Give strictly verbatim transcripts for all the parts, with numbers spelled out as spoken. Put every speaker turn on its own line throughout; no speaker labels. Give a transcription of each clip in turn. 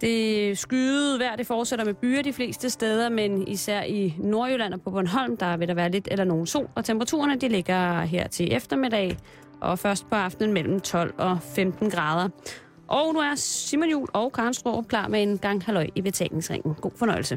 Det skyede vejr, det fortsætter med byer de fleste steder, men især i Nordjylland og på Bornholm, der vil der være lidt eller nogen sol, og temperaturerne de ligger her til eftermiddag, og først på aftenen mellem tolv og femten grader. Og nu er Simon Juhl og Karen Straarup klar med en gang halløj i betalingsringen. God fornøjelse.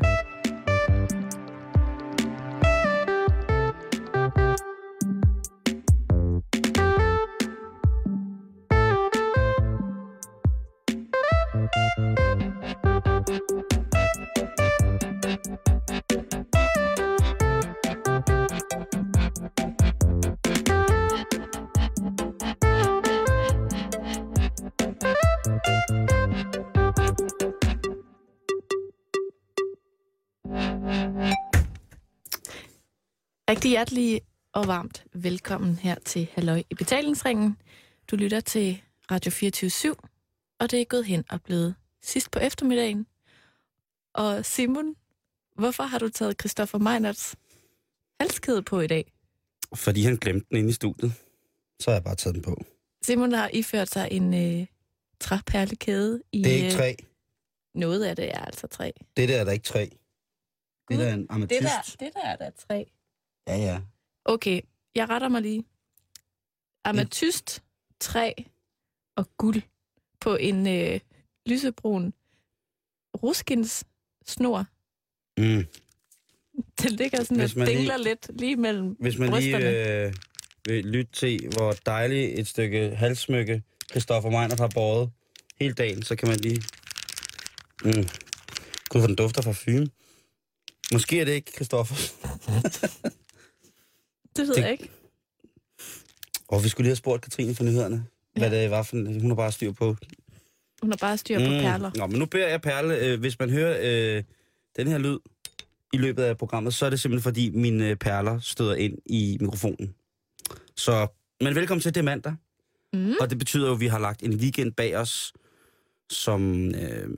Rigtig hjertelig og varmt velkommen her til Halløj i betalingsringen. Du lytter til Radio fireogtyve syv, og det er gået hen og blevet sidst på eftermiddagen. Og Simon, hvorfor har du taget Christoffer Meinerts halskæde på i dag?
Fordi han glemte den inde i studiet. Så har jeg bare taget den på.
Simon har iført sig en øh, træperlekæde i...
Det er ikke træ.
Øh, noget af det er altså træ.
Det der er der ikke træ. Det der er en ametyst.
Det der, det der er der træ.
Ja, ja.
Okay, jeg retter mig lige. Ametyst, træ og guld på en øh, lysebrun ruskins snor.
Mm.
Det ligger sådan og dingler lige, lidt lige mellem
Hvis man
brysterne.
lige øh, vil lytte til, hvor dejligt et stykke halssmykke Christoffer Meinert har båret hele dagen, så kan man lige... Mm. Gud, for den dufter parfume. Måske er det ikke Christoffer.
Det ved
det...
jeg ikke.
Og vi skulle lige have spurgt Katrine for nyhederne, ja. Hvad det var for... Hun har bare styr på...
Hun har bare styr på
mm.
perler.
Nå, men nu beder jeg Perle, øh, hvis man hører øh, den her lyd i løbet af programmet, så er det simpelthen fordi mine øh, perler støder ind i mikrofonen. Så, men velkommen til, det er mandag. Mm. Og det betyder jo, at vi har lagt en weekend bag os, som, øh,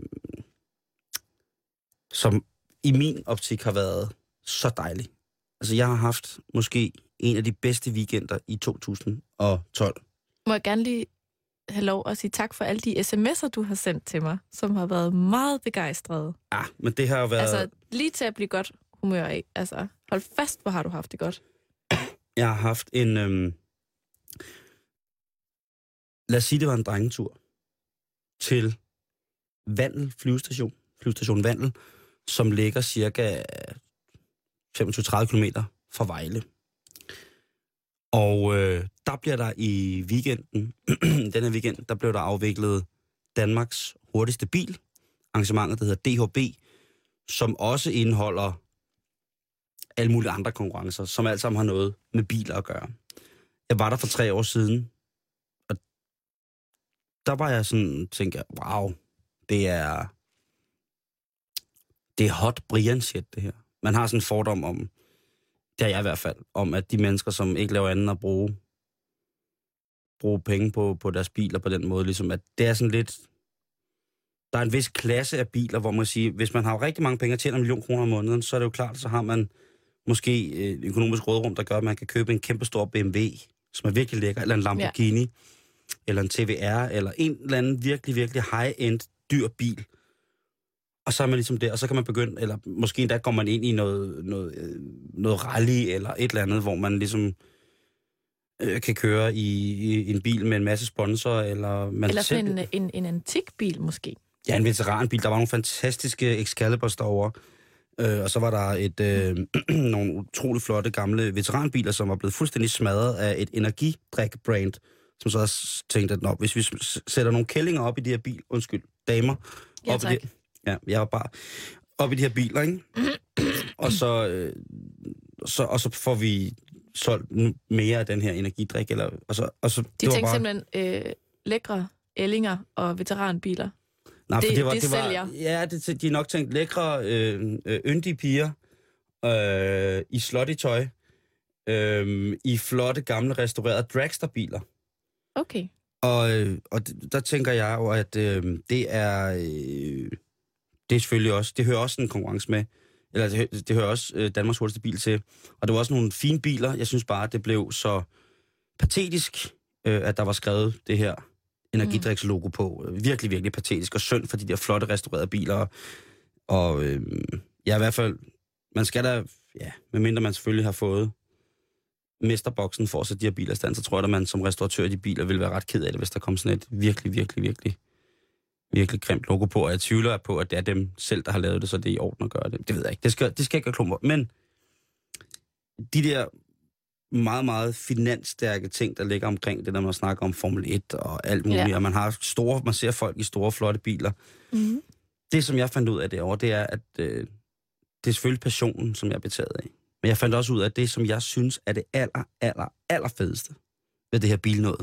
som i min optik har været så dejlig. Altså, jeg har haft måske en af de bedste weekender i to tusind og tolv.
Må jeg gerne lige have lov at sige tak for alle de sms'er, du har sendt til mig, som har været meget begejstrede.
Ja, men det har jo været...
Altså, lige til at blive godt humør af. Altså, hold fast, hvor har du haft det godt.
Jeg har haft en... Øhm... Lad os sige, det var en drengetur til Vandel flyvestation. Flyvestation Vandel, som ligger cirka femogtyve til tredive kilometer fra Vejle. Og øh, der bliver der i weekenden, denne weekend, der blev der afviklet Danmarks hurtigste bil. Arrangementet, der hedder D H B, som også indeholder alle mulige andre konkurrencer, som alt sammen har noget med biler at gøre. Jeg var der for tre år siden, og der var jeg sådan, tænkte jeg, wow, det er, det er hot Brian shit, det her. Man har sådan en fordom om, det er jeg i hvert fald, om at de mennesker, som ikke laver andet at bruge, bruge penge på, på deres biler på den måde, ligesom at det er sådan lidt, der er en vis klasse af biler, hvor man siger, hvis man har rigtig mange penge og tjener en million kroner om måneden, så er det jo klart, så har man måske et økonomisk rådrum, der gør, at man kan købe en kæmpe stor B M W, som er virkelig lækker, eller en Lamborghini, ja. Eller en T V R, eller en eller anden virkelig, virkelig high-end, dyr bil. Og så er man ligesom der, og så kan man begynde, eller måske endda går man ind i noget, noget, noget rally, eller et eller andet, hvor man ligesom øh, kan køre i, i en bil med en masse sponsorer, eller... Man
eller
selv...
sådan en, en, en antik bil, måske.
Ja, en veteranbil. Der var nogle fantastiske Excaliburs derovre. Øh, og så var der et, øh, nogle utrolig flotte gamle veteranbiler, som var blevet fuldstændig smadret af et energidrik-brand, som så også tænkte, at nå, hvis vi sætter nogle kællinger op i de her bil, undskyld, damer,
ja,
op i de, ja, jeg var bare op i de her biler, ikke? og, så, øh, så, og så får vi solgt mere af den her energidrik. Eller, og så, og så,
de
det
tænkte
bare...
simpelthen øh, lækre ællinger og veteranbiler.
Nej,
det,
for det var,
det,
det var,
sælger.
Ja, det, de har nok tænkt lækre, øh, øh, yndige piger øh, i slutty-tøj, øh, i flotte, gamle, restaurerede dragsterbiler.
Okay.
Og, øh, og der tænker jeg jo, at øh, det er... Øh, det er selvfølgelig også... Det hører også en konkurrence med. Eller det, det hører også øh, Danmarks hurtigste bil til. Og det var også nogle fine biler. Jeg synes bare, at det blev så patetisk, øh, at der var skrevet det her energidrikslogo på. Virkelig, virkelig patetisk og synd for de der flotte restaurerede biler. Og øh, ja, i hvert fald, man skal da, ja, medmindre man selvfølgelig har fået mesterboksen for at sætte de her biler i stand, så tror jeg, at man som restauratør af de biler vil være ret ked af det, hvis der kom sådan et virkelig, virkelig, virkelig, virkelig grimt logo på. Og jeg tvivler på, at det er dem selv, der har lavet det, så det er i orden at gøre det. Det ved jeg ikke. Det skal, det skal ikke være klumper. Men de der meget, meget finansstærke ting, der ligger omkring det, når man snakker om Formel et og alt muligt, ja. Og man har store, man ser folk i store, flotte biler. Mm-hmm. Det, som jeg fandt ud af derovre, det er, at øh, det er selvfølgelig passionen, som jeg er betaget af. Men jeg fandt også ud af, at det, som jeg synes er det aller, aller, aller fedeste ved det her bilnåde.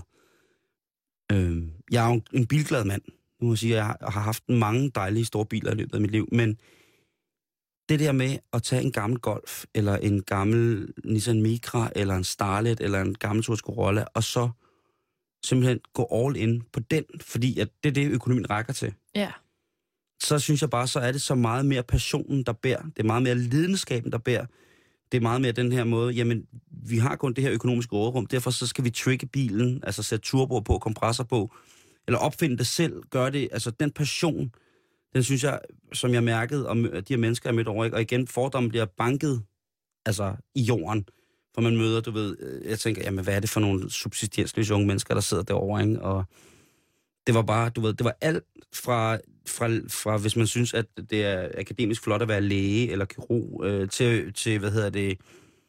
Øh, jeg er jo en bilglad mand. Nu må jeg sige, at jeg har haft mange dejlige store biler i løbet af mit liv, men det der med at tage en gammel Golf, eller en gammel Nissan Micra, eller en Starlet, eller en gammel Toyota Corolla, og så simpelthen gå all in på den, fordi at det er det, økonomien rækker til.
Ja.
Så synes jeg bare, så er det så meget mere passionen, der bærer. Det er meget mere lidenskaben, der bærer. Det er meget mere den her måde, jamen, vi har kun det her økonomiske råderum, derfor så skal vi trigge bilen, altså sætte turbo på, kompressor på, eller opfinde det selv, gøre det, altså den passion, den synes jeg, som jeg mærkede, og de her mennesker, jeg mødte over, ikke? Og igen, fordommen bliver banket, altså i jorden, for man møder, du ved, jeg tænker, jamen, hvad er det for nogle subsistiersløse unge mennesker, der sidder derovre, ikke? Og det var bare, du ved, det var alt fra, fra, fra hvis man synes, at det er akademisk flot at være læge eller kirurg, øh, til, til, hvad hedder det,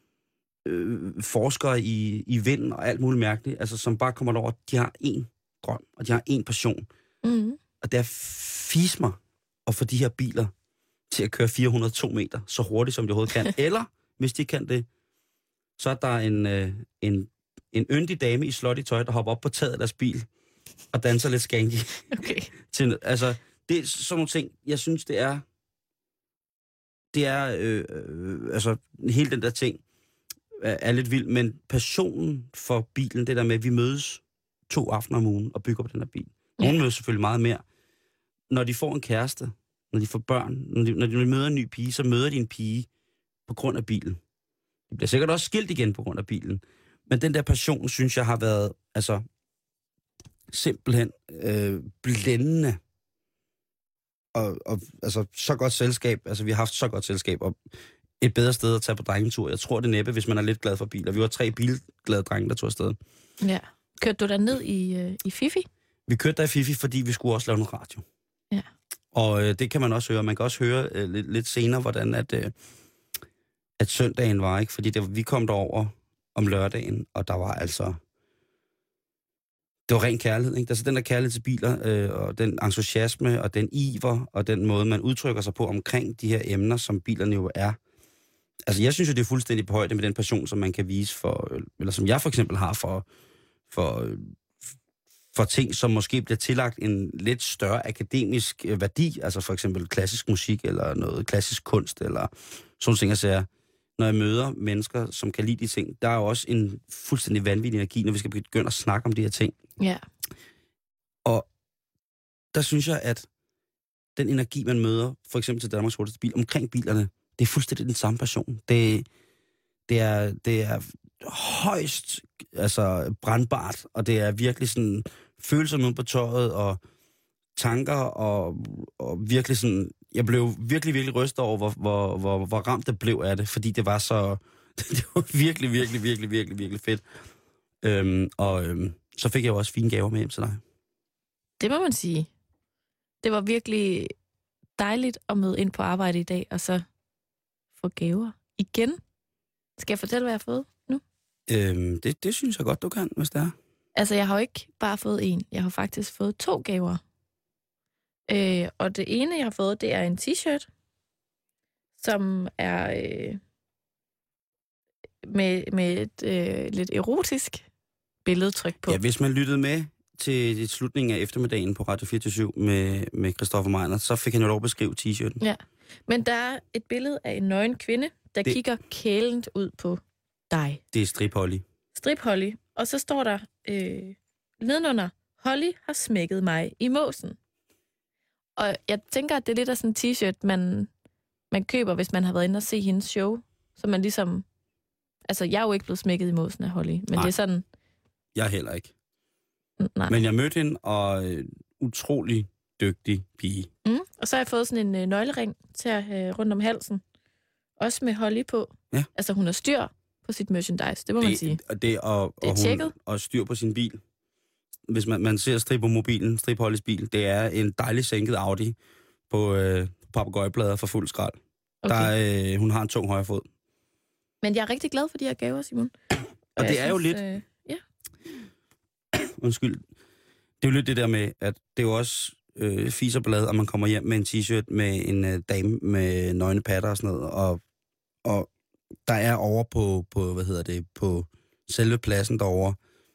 øh, forskere i, i vind og alt muligt mærkeligt, altså som bare kommer derover, de har én drøm, og de har én passion. Mm. Og det er fis mig at få de her biler til at køre fire hundrede og to meter så hurtigt, som de overhovedet kan. Eller, hvis de kan det, så er der en, øh, en, en yndig dame i slot i tøj, der hopper op på taget af deres bil og danser lidt skanky.
Okay.
Til, altså, det er sådan nogle ting, jeg synes, det er, det er, øh, øh, altså, hele den der ting er, er lidt vild, men passionen for bilen, det der med, at vi mødes to aftener om ugen og bygger på den her bil. Nogle ja. mødes selvfølgelig meget mere. Når de får en kæreste, når de får børn, når de, når de møder en ny pige, så møder de en pige på grund af bilen. De bliver sikkert også skilt igen på grund af bilen. Men den der passion, synes jeg, har været, altså, simpelthen øh, blændende. Og, og altså, så godt selskab, altså vi har haft så godt selskab, og et bedre sted at tage på drengetur. Jeg tror det næppe, hvis man er lidt glad for biler. Vi var tre bilglade drenge, der tog afsted. Ja.
Kørte du der ned i, øh, i Fifi?
Vi kørte der i Fifi, fordi vi skulle også lave noget radio.
Ja.
Og øh, det kan man også høre. Man kan også høre øh, lidt, lidt senere, hvordan at, øh, at søndagen var, ikke? Fordi det, vi kom derover om lørdagen, og der var altså... Det var ren kærlighed, ikke? Altså den der kærlighed til biler, øh, og den entusiasme, og den iver, og den måde, man udtrykker sig på omkring de her emner, som bilerne jo er. Altså jeg synes jo, det er fuldstændig på højde med den passion, som man kan vise for... Øh, eller som jeg for eksempel har for... for øh, for ting, som måske bliver tillagt en lidt større akademisk øh, værdi, altså for eksempel klassisk musik, eller noget klassisk kunst, eller sådan ting, jeg siger. Når jeg møder mennesker, som kan lide de ting, der er jo også en fuldstændig vanvittig energi, når vi skal begynde at snakke om de her ting.
Ja.
Og der synes jeg, at den energi, man møder, for eksempel til Danmarks hurtigste bil, omkring bilerne, det er fuldstændig den samme passion. Det, det, er, det er højst altså brandbart, og det er virkelig sådan følelser med på tøjet, og tanker, og, og virkelig sådan, jeg blev virkelig, virkelig rystet over, hvor, hvor, hvor, hvor ramt det blev af det, fordi det var så, det var virkelig, virkelig, virkelig, virkelig, virkelig fedt. Øhm, og øhm, så fik jeg jo også fine gaver med hjem til dig.
Det må man sige. Det var virkelig dejligt at møde ind på arbejde i dag, og så få gaver igen. Skal jeg fortælle, hvad jeg har fået nu?
Øhm, det, det synes jeg godt, du kan, hvis det er.
Altså, jeg har jo ikke bare fået en. Jeg har faktisk fået to gaver. Øh, og det ene, jeg har fået, det er en t-shirt, som er øh, med, med et øh, lidt erotisk billedtryk på.
Ja, hvis man lyttede med til slutningen af eftermiddagen på Radio fireogtyve syv med, med Christoffer Meiner, så fik han jo lov at beskrive t-shirten.
Ja, men der er et billede af en nøgen kvinde, der det, kigger kælent ud på dig.
Det er Strip Holly.
Strip Holly. Og så står der øh, nedenunder, Holly har smækket mig i måsen. Og jeg tænker, at det er lidt af sådan en t-shirt, man, man køber, hvis man har været inde og se hendes show. Så man ligesom... Altså, jeg er jo ikke blevet smækket i måsen af Holly, men Nej, det er sådan...
Jeg heller ikke.
Nej.
Men jeg mødte hende, og øh, utrolig dygtig pige.
Mm. Og så har jeg fået sådan en øh, nøglering til at have rundt om halsen. Også med Holly på.
Ja.
Altså, hun har styr på sit merchandise, det må
det,
man sige.
Og det, og,
det er
og
tjekket.
Hun, og styr på sin bil. Hvis man, man ser strip på mobilen, strip Hollys bil, det er en dejlig sænket Audi på øh, papegøjeplader for fuld skrald. Okay. Der, øh, hun har en tung højre fod.
Men jeg er rigtig glad for de her gaver, Simon. Og,
og det er
synes,
jo lidt...
Øh, ja.
Undskyld. Det er jo lidt det der med, at det er jo også øh, fis og blad, og man kommer hjem med en t-shirt med en øh, dame med nøgne patter og sådan noget, og, og der er over på, på, hvad hedder det, på selve pladsen derovre,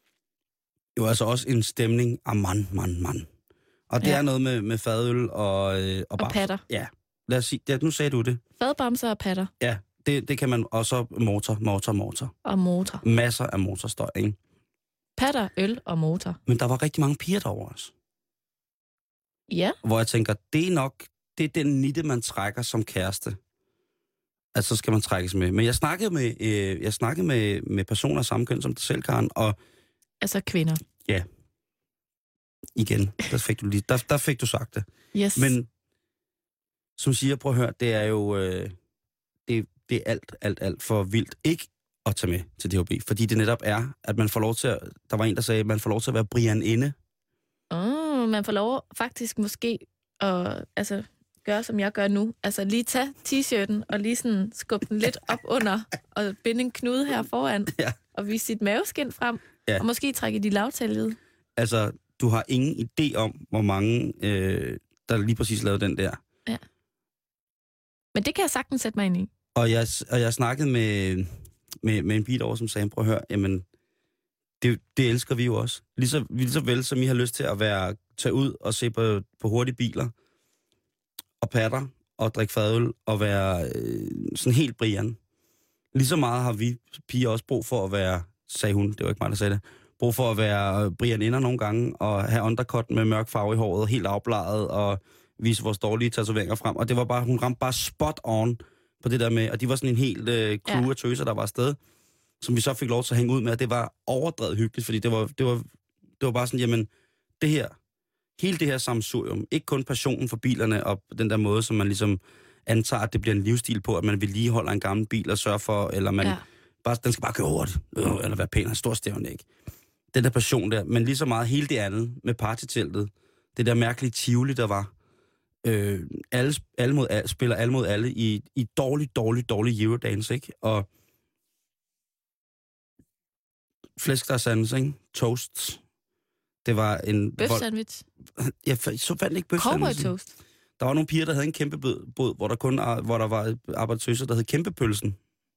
jo altså også en stemning af mand, mand, mand. Og det ja. er noget med, med fadøl og... Øh, og,
og patter.
Ja, lad os sige, ja, nu sagde du det.
Fadbamser og patter.
Ja, det, det kan man også motor, motor, motor.
Og motor.
Masser af motorstøj, ikke?
Patter, øl og motor.
Men der var rigtig mange piger derovre også.
Ja.
Hvor jeg tænker, det er nok, det er den nitte, man trækker som kæreste. Altså, så skal man trækkes med. Men jeg snakkede med, øh, jeg snakkede med, med personer af samme køn som dig selv, Karen, og...
Altså kvinder.
Ja. Igen, der fik du, lige, der, der fik du sagt det.
Yes.
Men, som siger, prøv at høre, det er jo, øh, det, det er alt, alt, alt for vildt ikke at tage med til D H B. Fordi det netop er, at man får lov til at, der var en, der sagde, at man får lov til at være Brian inde.
Oh, man får lov faktisk måske at altså, gøre, som jeg gør nu. Altså lige tage t-shirten og lige sådan skubbe den lidt op under og binde en knude her foran.
Ja.
Og vise sit maveskin frem. Ja. Og måske trække de lavtallede.
Altså, du har ingen idé om, hvor mange, øh, der lige præcis lavede den der.
Ja. Men det kan jeg sagtens sætte mig ind i.
Og jeg, og jeg snakkede med, med, med en pige derovre, som sagde, prøv at høre, jamen, det, det elsker vi jo også. Lige så, lige så vel, som I har lyst til at være, tage ud og se på, på hurtige biler, og patter, og drikke fadøl, og være øh, sådan helt Brian. Lige så meget har vi piger også brug for at være, sagde hun, det var ikke mig, der sagde det, brug for at være Brian inder nogle gange, og have undercut med mørk farve i håret, helt afbladet, og vise vores dårlige tatoveringer frem. Og det var bare, hun ramte bare spot on på det der med, og de var sådan en helt øh, crew af tøser, der var afsted, som vi så fik lov til at hænge ud med, og det var overdrevet hyggeligt, fordi det var, det var, det var bare sådan, jamen, det her, hele det her sammensurium, ikke kun passionen for bilerne, og den der måde, som man ligesom antager, at det bliver en livsstil på, at man vedligeholder en gammel bil og sørger for, eller man ja. bare, den skal bare køre hurtigt, eller være pæn og stor stævn, ikke? Den der passion der, men lige så meget hele det andet med partyteltet, det der mærkelige tivoli, der var. Øh, alle, alle mod alle, spiller alle mod alle i, i dårlig, dårlig, dårlig Eurodance, ikke? Og flæskestegsandelse, ikke? Toasts. Det var en...
Bøf-sandwich.
Jeg så fandt ikke bøf-sandwich.
Cowboy toast.
Der var nogle piger, der havde en kæmpe båd, hvor der kun hvor der var arbejdstøser, der hed Kæmpepølsen.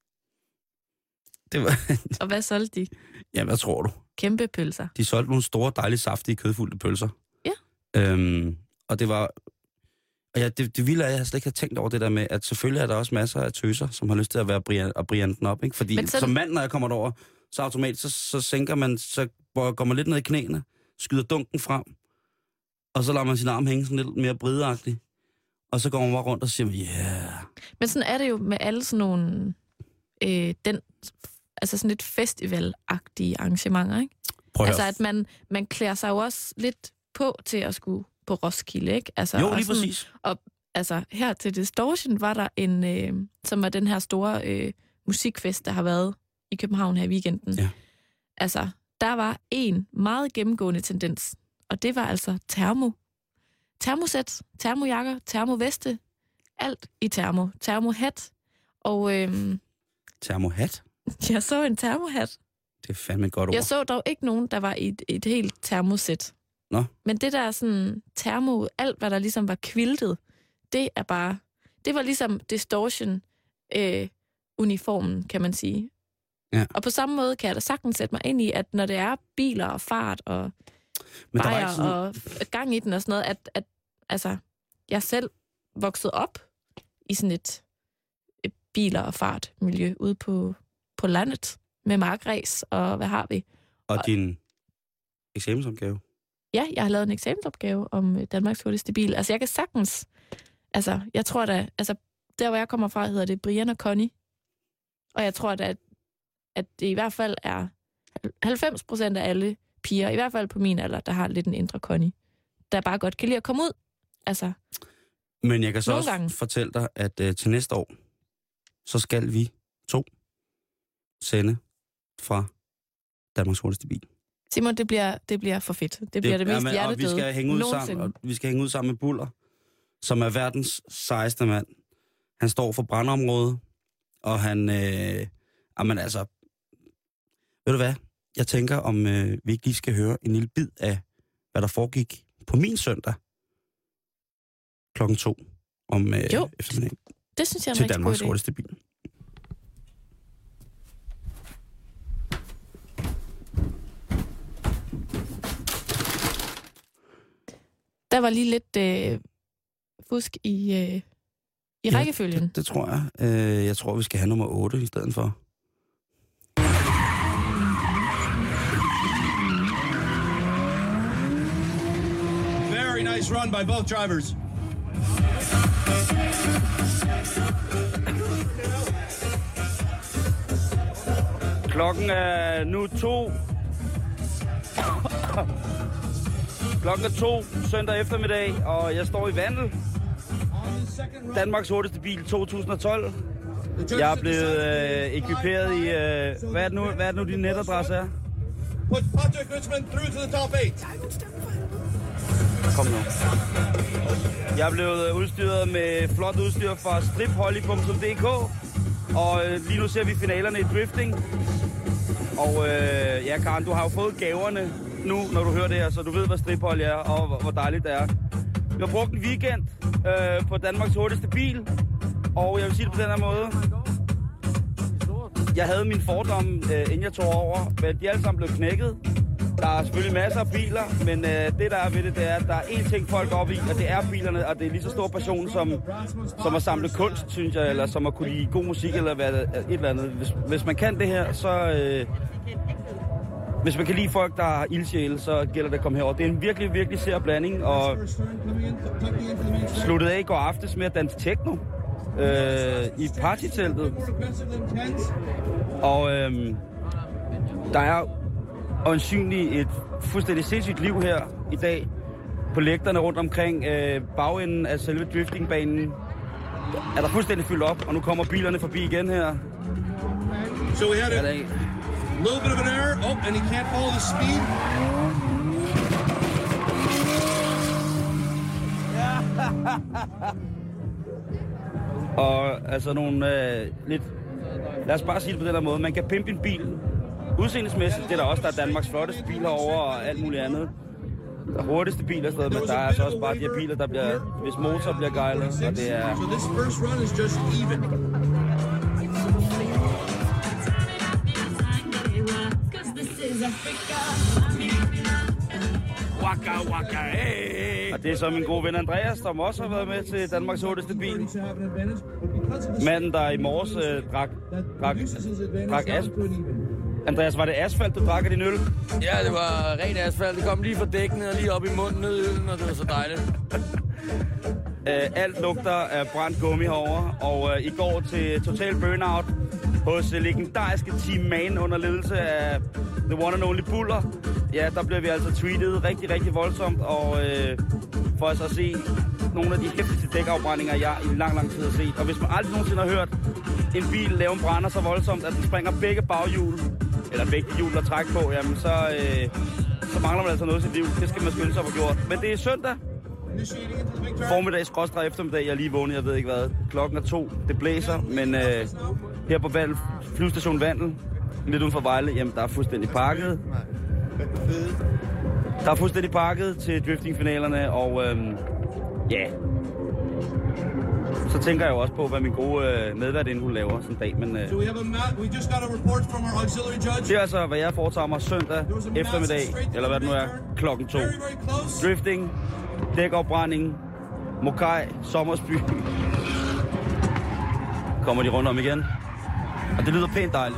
Det var...
Og hvad solgte de?
Ja, hvad tror du?
Kæmpe pølser.
De solgte nogle store, dejlige, saftige, kødfulde pølser.
Ja.
Øhm, og det var... Og ja, det, det vilde er, at jeg slet ikke har tænkt over det der med, at selvfølgelig er der også masser af tøser, som har lyst til at være Brian, og Brian den op, ikke? Fordi sådan... som mand, når jeg kommer derover, så automatisk, så, så sænker man, så går man lidt ned i knæene, skyder dunken frem, og så lader man sin arm hænge sådan lidt mere brideagtigt. Og så går man bare rundt og siger, ja. Yeah.
Men sådan er det jo med alle sådan nogle, øh, den, altså sådan lidt festivalagtige arrangementer, ikke? Prøv altså at man, man klæder sig jo også lidt på til at skulle på Roskilde, ikke? Altså,
jo, lige
sådan,
præcis.
Og altså her til Distortion var der en, øh, som var den her store øh, musikfest, der har været i København her i weekenden.
Ja.
Altså, der var en meget gennemgående tendens, og det var altså termo. Termosæt, termojakker, termoveste, alt i termo. Termohat. Og øhm,
termohat?
Jeg så en termohat.
Det er fandme et godt ord.
Jeg så dog ikke nogen, der var i et, et helt termosæt.
Nå.
Men det der sådan termo, alt hvad der ligesom var kviltet, det er bare, det var ligesom Distortion øh, uniformen, kan man sige.
Ja.
Og på samme måde kan jeg da sagtens sætte mig ind i, at når det er biler og fart og
Men
bajer
sådan...
og gang i den og sådan noget, at, at altså, jeg selv voksede op i sådan et, et biler og fartmiljø ude på, på landet med markræs og hvad har vi.
Og, og din eksamensopgave?
Ja, jeg har lavet en eksamensopgave om Danmarks hurtigste bil. Altså, jeg kan sagtens... Altså, jeg tror da... Altså, der, hvor jeg kommer fra, hedder det Brian og Connie. Og jeg tror da, at, at det i hvert fald er halvfems procent af alle piger, i hvert fald på min alder, der har lidt en indre Connie, der bare godt kan lide at komme ud. Altså,
Men jeg kan så også
gange.
fortælle dig, at uh, til næste år, så skal vi to sende fra Danmarks hurtigste bil.
Simon, det bliver, det bliver for fedt. Det bliver det, det mest
ja, men,
hjertedøde
vi skal hænge ud
nogensinde.
sammen, og vi skal hænge ud sammen med Buller, som er verdens sejeste mand. Han står for brandområdet, og han... Øh, jamen altså... Ved du hvad? Jeg tænker, om øh, vi ikke lige skal høre en lille bid af, hvad der foregik på min søndag klokken to om øh,
jo,
eftermiddagen.
Det synes jeg er en
til
rigtig
Danmarks
god idé.
hurtigste bil.
Der var lige lidt øh, fusk i, øh, i
ja,
rækkefølgen.
Det, det tror jeg. Øh, jeg tror, vi skal have nummer otte i stedet for.
Very nice run by both drivers.
Klokken er nu to. Klokken er to søndag eftermiddag, og jeg står i Vandel. Danmarks hurtigste bil to tusind og tolv. Jeg er blevet øh, ekviperet i... Øh, hvad, er det nu, hvad er det nu, din netadresse er?
Put Patrick Richmond through to the top eight.
Kom nu. Jeg er blevet udstyret med flot udstyr fra stripholly punktum d k, og øh, lige nu ser vi finalerne i drifting. Og øh, ja, Karen, du har jo fået gaverne nu, når du hører det her, så du ved, hvad striphold er, og hvor, hvor dejligt det er. Vi har brugt en weekend øh, på Danmarks hurtigste bil, og jeg vil sige det på den her måde. Jeg havde min fordom, øh, inden jeg tog over, men de er alle sammen blevet knækket. Der er selvfølgelig masser af biler, men øh, det der er ved det, det er, at der er én ting folk op i, og det er bilerne, og det er lige så stor passion som, som at samle kunst, synes jeg, eller som at kunne lide god musik, eller hvad, et eller andet. Hvis, hvis man kan det her, så... Øh, hvis man kan lide folk, der har ildsjæle, så gælder det at komme herover. Det er en virkelig, virkelig sær blanding, og sluttede af i går aftes med at danse techno øh, i partyteltet. Og øh, der er øjensynligt et fuldstændig sindssygt liv her i dag på lægterne rundt omkring øh, bagenden af selve driftingbanen. Er der fuldstændig fyldt op, og nu kommer bilerne forbi igen her.
So we had a little bit of an error. Oh, and he can't follow the speed.
Og altså nogle øh, lidt... Lad os bare sige det på den her måde. Man kan pimpe en bil udseendesmæssigt. Det er der også, der er Danmarks flotteste bil herovre og alt muligt andet. Der er hurtigste biler stadig, men der er altså også bare de her biler, der bliver... Hvis motor bliver gejlet, og det er...
So this first run is just even.
Waka, waka, hey. Og det er så min gode ven Andreas, som også har været med til Danmarks hurtigste bil. Manden, der i morges øh, drak, drak, drak asfalt. Andreas, var det asfalt, du drak af din øl?
Ja, det var ren asfalt. Det kom lige fra dækkene og lige op i munden ned i øllen, og det var så dejligt.
Uh, alt lugter af brændt gummi herovre, og uh, i går til Total Burnout hos uh, legendariske Team Man under ledelse af The One and Only Buller. Ja, der blev vi altså tweetet rigtig, rigtig voldsomt, og uh, for os at se nogle af de hæftigste dækafbrændinger, jeg i lang, lang tid har set. Og hvis man aldrig nogensinde har hørt en bil lave en brænder så voldsomt, at den springer begge baghjul, eller begge hjul der træk på, jamen så, uh, så mangler man altså noget til liv. Det skal man skynde sig at få gjort. Men det er søndag. Formiddag, skråstreg eftermiddag, jeg er lige vågnet, jeg ved ikke hvad. Klokken er to, det blæser, men øh, her på Vandel, flyvestation Vandel, lidt uden for Vejle, jamen der er fuldstændig pakket. Der er fuldstændig pakket til driftingfinalerne, og øh, ja, så tænker jeg jo også på, hvad min gode øh, medværdinde hun laver sådan en dag, men øh, det er altså, hvad jeg foretager mig søndag eftermiddag, eller hvad det nu er, klokken to. Drifting, dækafbrænding, Mokai, Sommersby. Kommer de rundt om igen. Og det lyder pænt dejligt.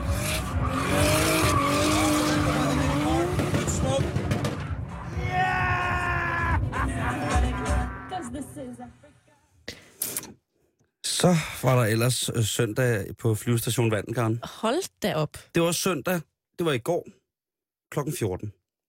Så var der ellers søndag på flyvestation Vandel.
Hold da op.
Det var søndag. Det var i går klokken fjorten.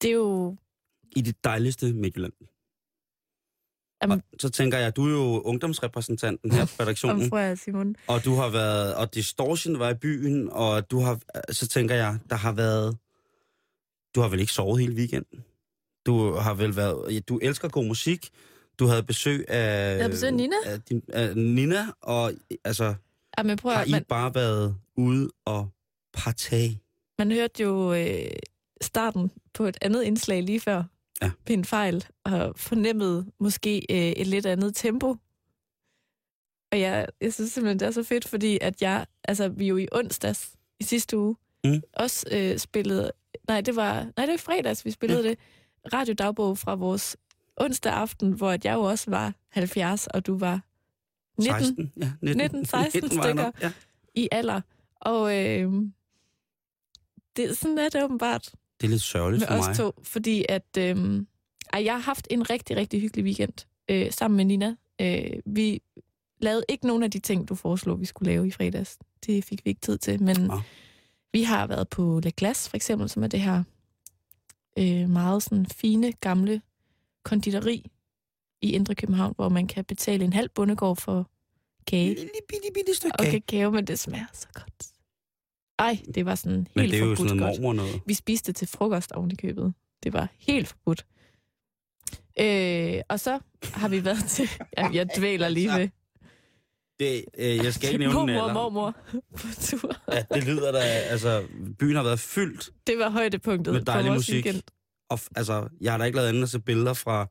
Det er jo...
I det dejligste Midtjylland.
Jamen,
og så tænker jeg, du er jo ungdomsrepræsentanten her på redaktionen.
Om jeg, Simon.
Og du har været, og Distortion var i byen, og du har, så tænker jeg, der har været, du har vel ikke sovet hele weekenden? Du har vel været, du elsker god musik, du havde besøg af...
Jeg havde besøg af Nina.
Af, din, af Nina, og altså,
Jamen, prøv,
har I
man,
bare været ude og partage?
Man hørte jo øh, starten på et andet indslag lige før,
ja.
Ved en fejl, og fornemmede måske øh, et lidt andet tempo. Og jeg, jeg synes simpelthen, det er så fedt, fordi at jeg, altså vi jo i onsdags i sidste uge, mm. også øh, spillede, nej det var, nej det var fredags, vi spillede ja. det, radiodagbog fra vores onsdag aften, hvor at jeg jo også var halvfjerds, og du var nitten,
seksten, ja, nitten.
nitten seksten nitten stykker ja. i alder. Og øh, det, sådan er det åbenbart.
Det er lidt sørgeligt for mig.
Med os to, fordi at øh, jeg har haft en rigtig, rigtig hyggelig weekend øh, sammen med Nina. Øh, vi lavede ikke nogen af de ting, du foreslog, vi skulle lave i fredags. Det fik vi ikke tid til, men ja. vi har været på La Glace, for eksempel, som er det her øh, meget sådan fine, gamle konditori i Indre København, hvor man kan betale en halv bondegård for kage.
En lille bitte, bitte stykke
kage. Og kakao, men det smager så godt. Ej, det var sådan helt forbudt.
Men det er jo sådan
noget
mormor noget.
Vi spiste til frokost oven i købet. Det var helt forbudt. Øh, og så har vi været til... Ja, jeg dvæler lige ved.
Det, øh, jeg skal ikke nævne
mormor,
den alder.
mormor på tur.
Ja, det lyder da... Altså, byen har været fyldt.
Det var højdepunktet
med dejlig
på vores
musik.
weekend.
Og altså, jeg har da ikke lavet andet at se billeder fra...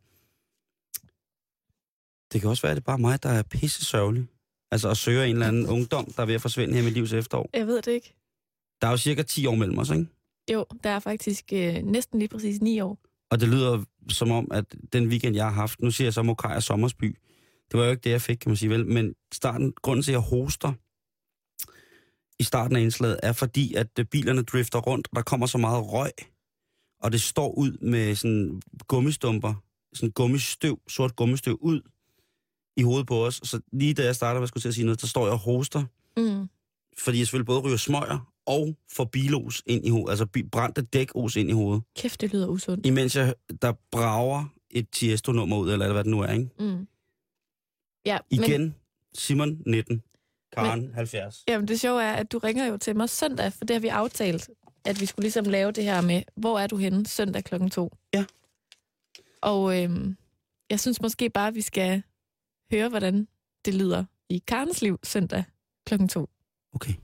Det kan også være, at det er bare mig, der er pisse sørgelig. Altså at søge en eller anden ungdom, der er ved at forsvinde her med livs efterår.
Jeg ved det ikke.
Der er jo cirka ti år mellem os, ikke?
Jo, der er faktisk øh, næsten lige præcis ni år.
Og det lyder som om, at den weekend, jeg har haft, nu siger jeg så Mokaja Sommersby, det var jo ikke det, jeg fik, kan man sige vel, men starten, grunden til, at jeg hoster i starten af indslaget, er fordi, at bilerne drifter rundt, og der kommer så meget røg, og det står ud med sådan gummistumper, sådan gummistøv, sort gummistøv ud i hovedet på os. Så lige da jeg starter, hvad jeg skulle til at sige noget, der står jeg og hoster, mm. fordi jeg selvfølgelig både ryger smøger og får bilos ind i hovedet, altså brændte dækos ind i hovedet.
Kæft, det lyder usundt.
Imens jeg, der brager et Tiesto-nummer ud, eller hvad det nu er, ikke?
Mm. Ja,
igen,
men...
Simon nitten, Karen
men...
halvfjerds.
Jamen det sjove er, at du ringer jo til mig søndag, for det har vi aftalt, at vi skulle ligesom lave det her med, hvor er du henne søndag klokken to?
Ja.
Og øhm, jeg synes måske bare, at vi skal høre, hvordan det lyder i Karens liv søndag klokken to.
Okay.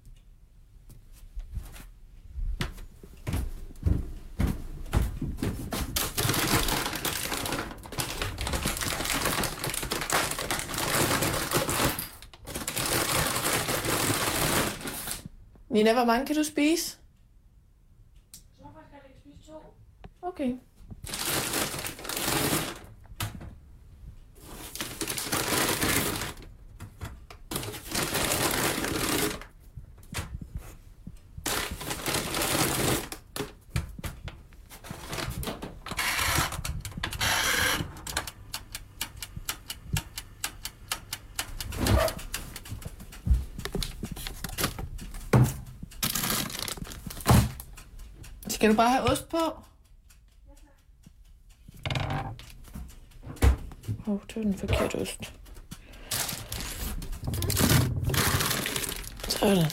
Nina, hvor mange kan du spise?
Så kan jeg ikke spise to.
Okay. Skal du bare have ost på? Åh, oh, det var den forkerte ost. Sådan.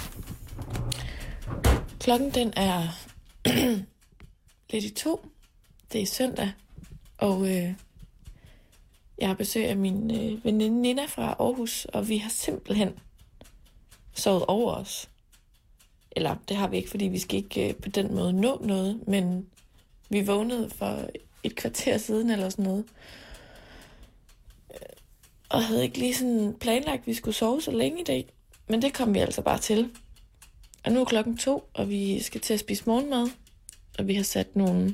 Klokken den er lidt i to. Det er søndag. Og øh, jeg har besøg af min øh, veninde Nina fra Aarhus, og vi har simpelthen sovet over os. Eller det har vi ikke, fordi vi skal ikke øh, på den måde nå noget, men vi vågnede for et kvarter siden eller sådan noget. Og havde ikke lige sådan planlagt, at vi skulle sove så længe i dag. Men det kom vi altså bare til. Og nu er klokken to, og vi skal til at spise morgenmad. Og vi har sat nogle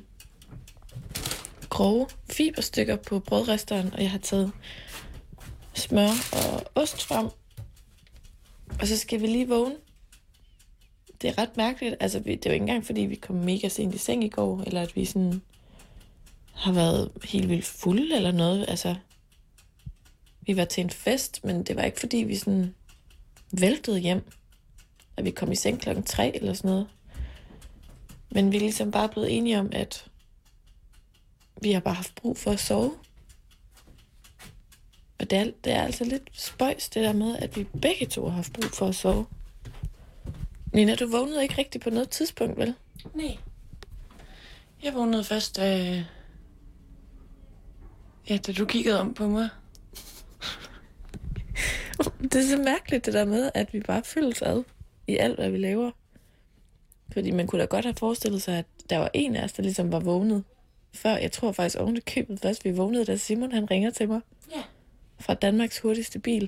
grove fiberstykker på brødresteren, og jeg har taget smør og ost frem. Og så skal vi lige vågne. Det er ret mærkeligt. Altså, det er jo ikke engang, fordi vi kom mega sent i seng i går, eller at vi sådan har været helt vildt fulde eller noget. Altså, vi var til en fest, men det var ikke, fordi vi sådan væltede hjem, at vi kom i seng klokken tre eller sådan noget. Men vi er ligesom bare blevet enige om, at vi har bare haft brug for at sove. Og det er, det er altså lidt spøjs, det der med, at vi begge to har haft brug for at sove. Nina, du vågnede ikke rigtigt på noget tidspunkt, vel?
Nej. Jeg vågnede først, da... Ja, da du kiggede om på mig.
Det er så mærkeligt, det der med, at vi bare følges ad i alt, hvad vi laver. Fordi man kunne da godt have forestillet sig, at der var en af os, der ligesom var vågnet. Før, jeg tror faktisk oven det købet først, vi vågnede, da Simon han ringer til mig.
Ja.
Fra Danmarks hurtigste bil.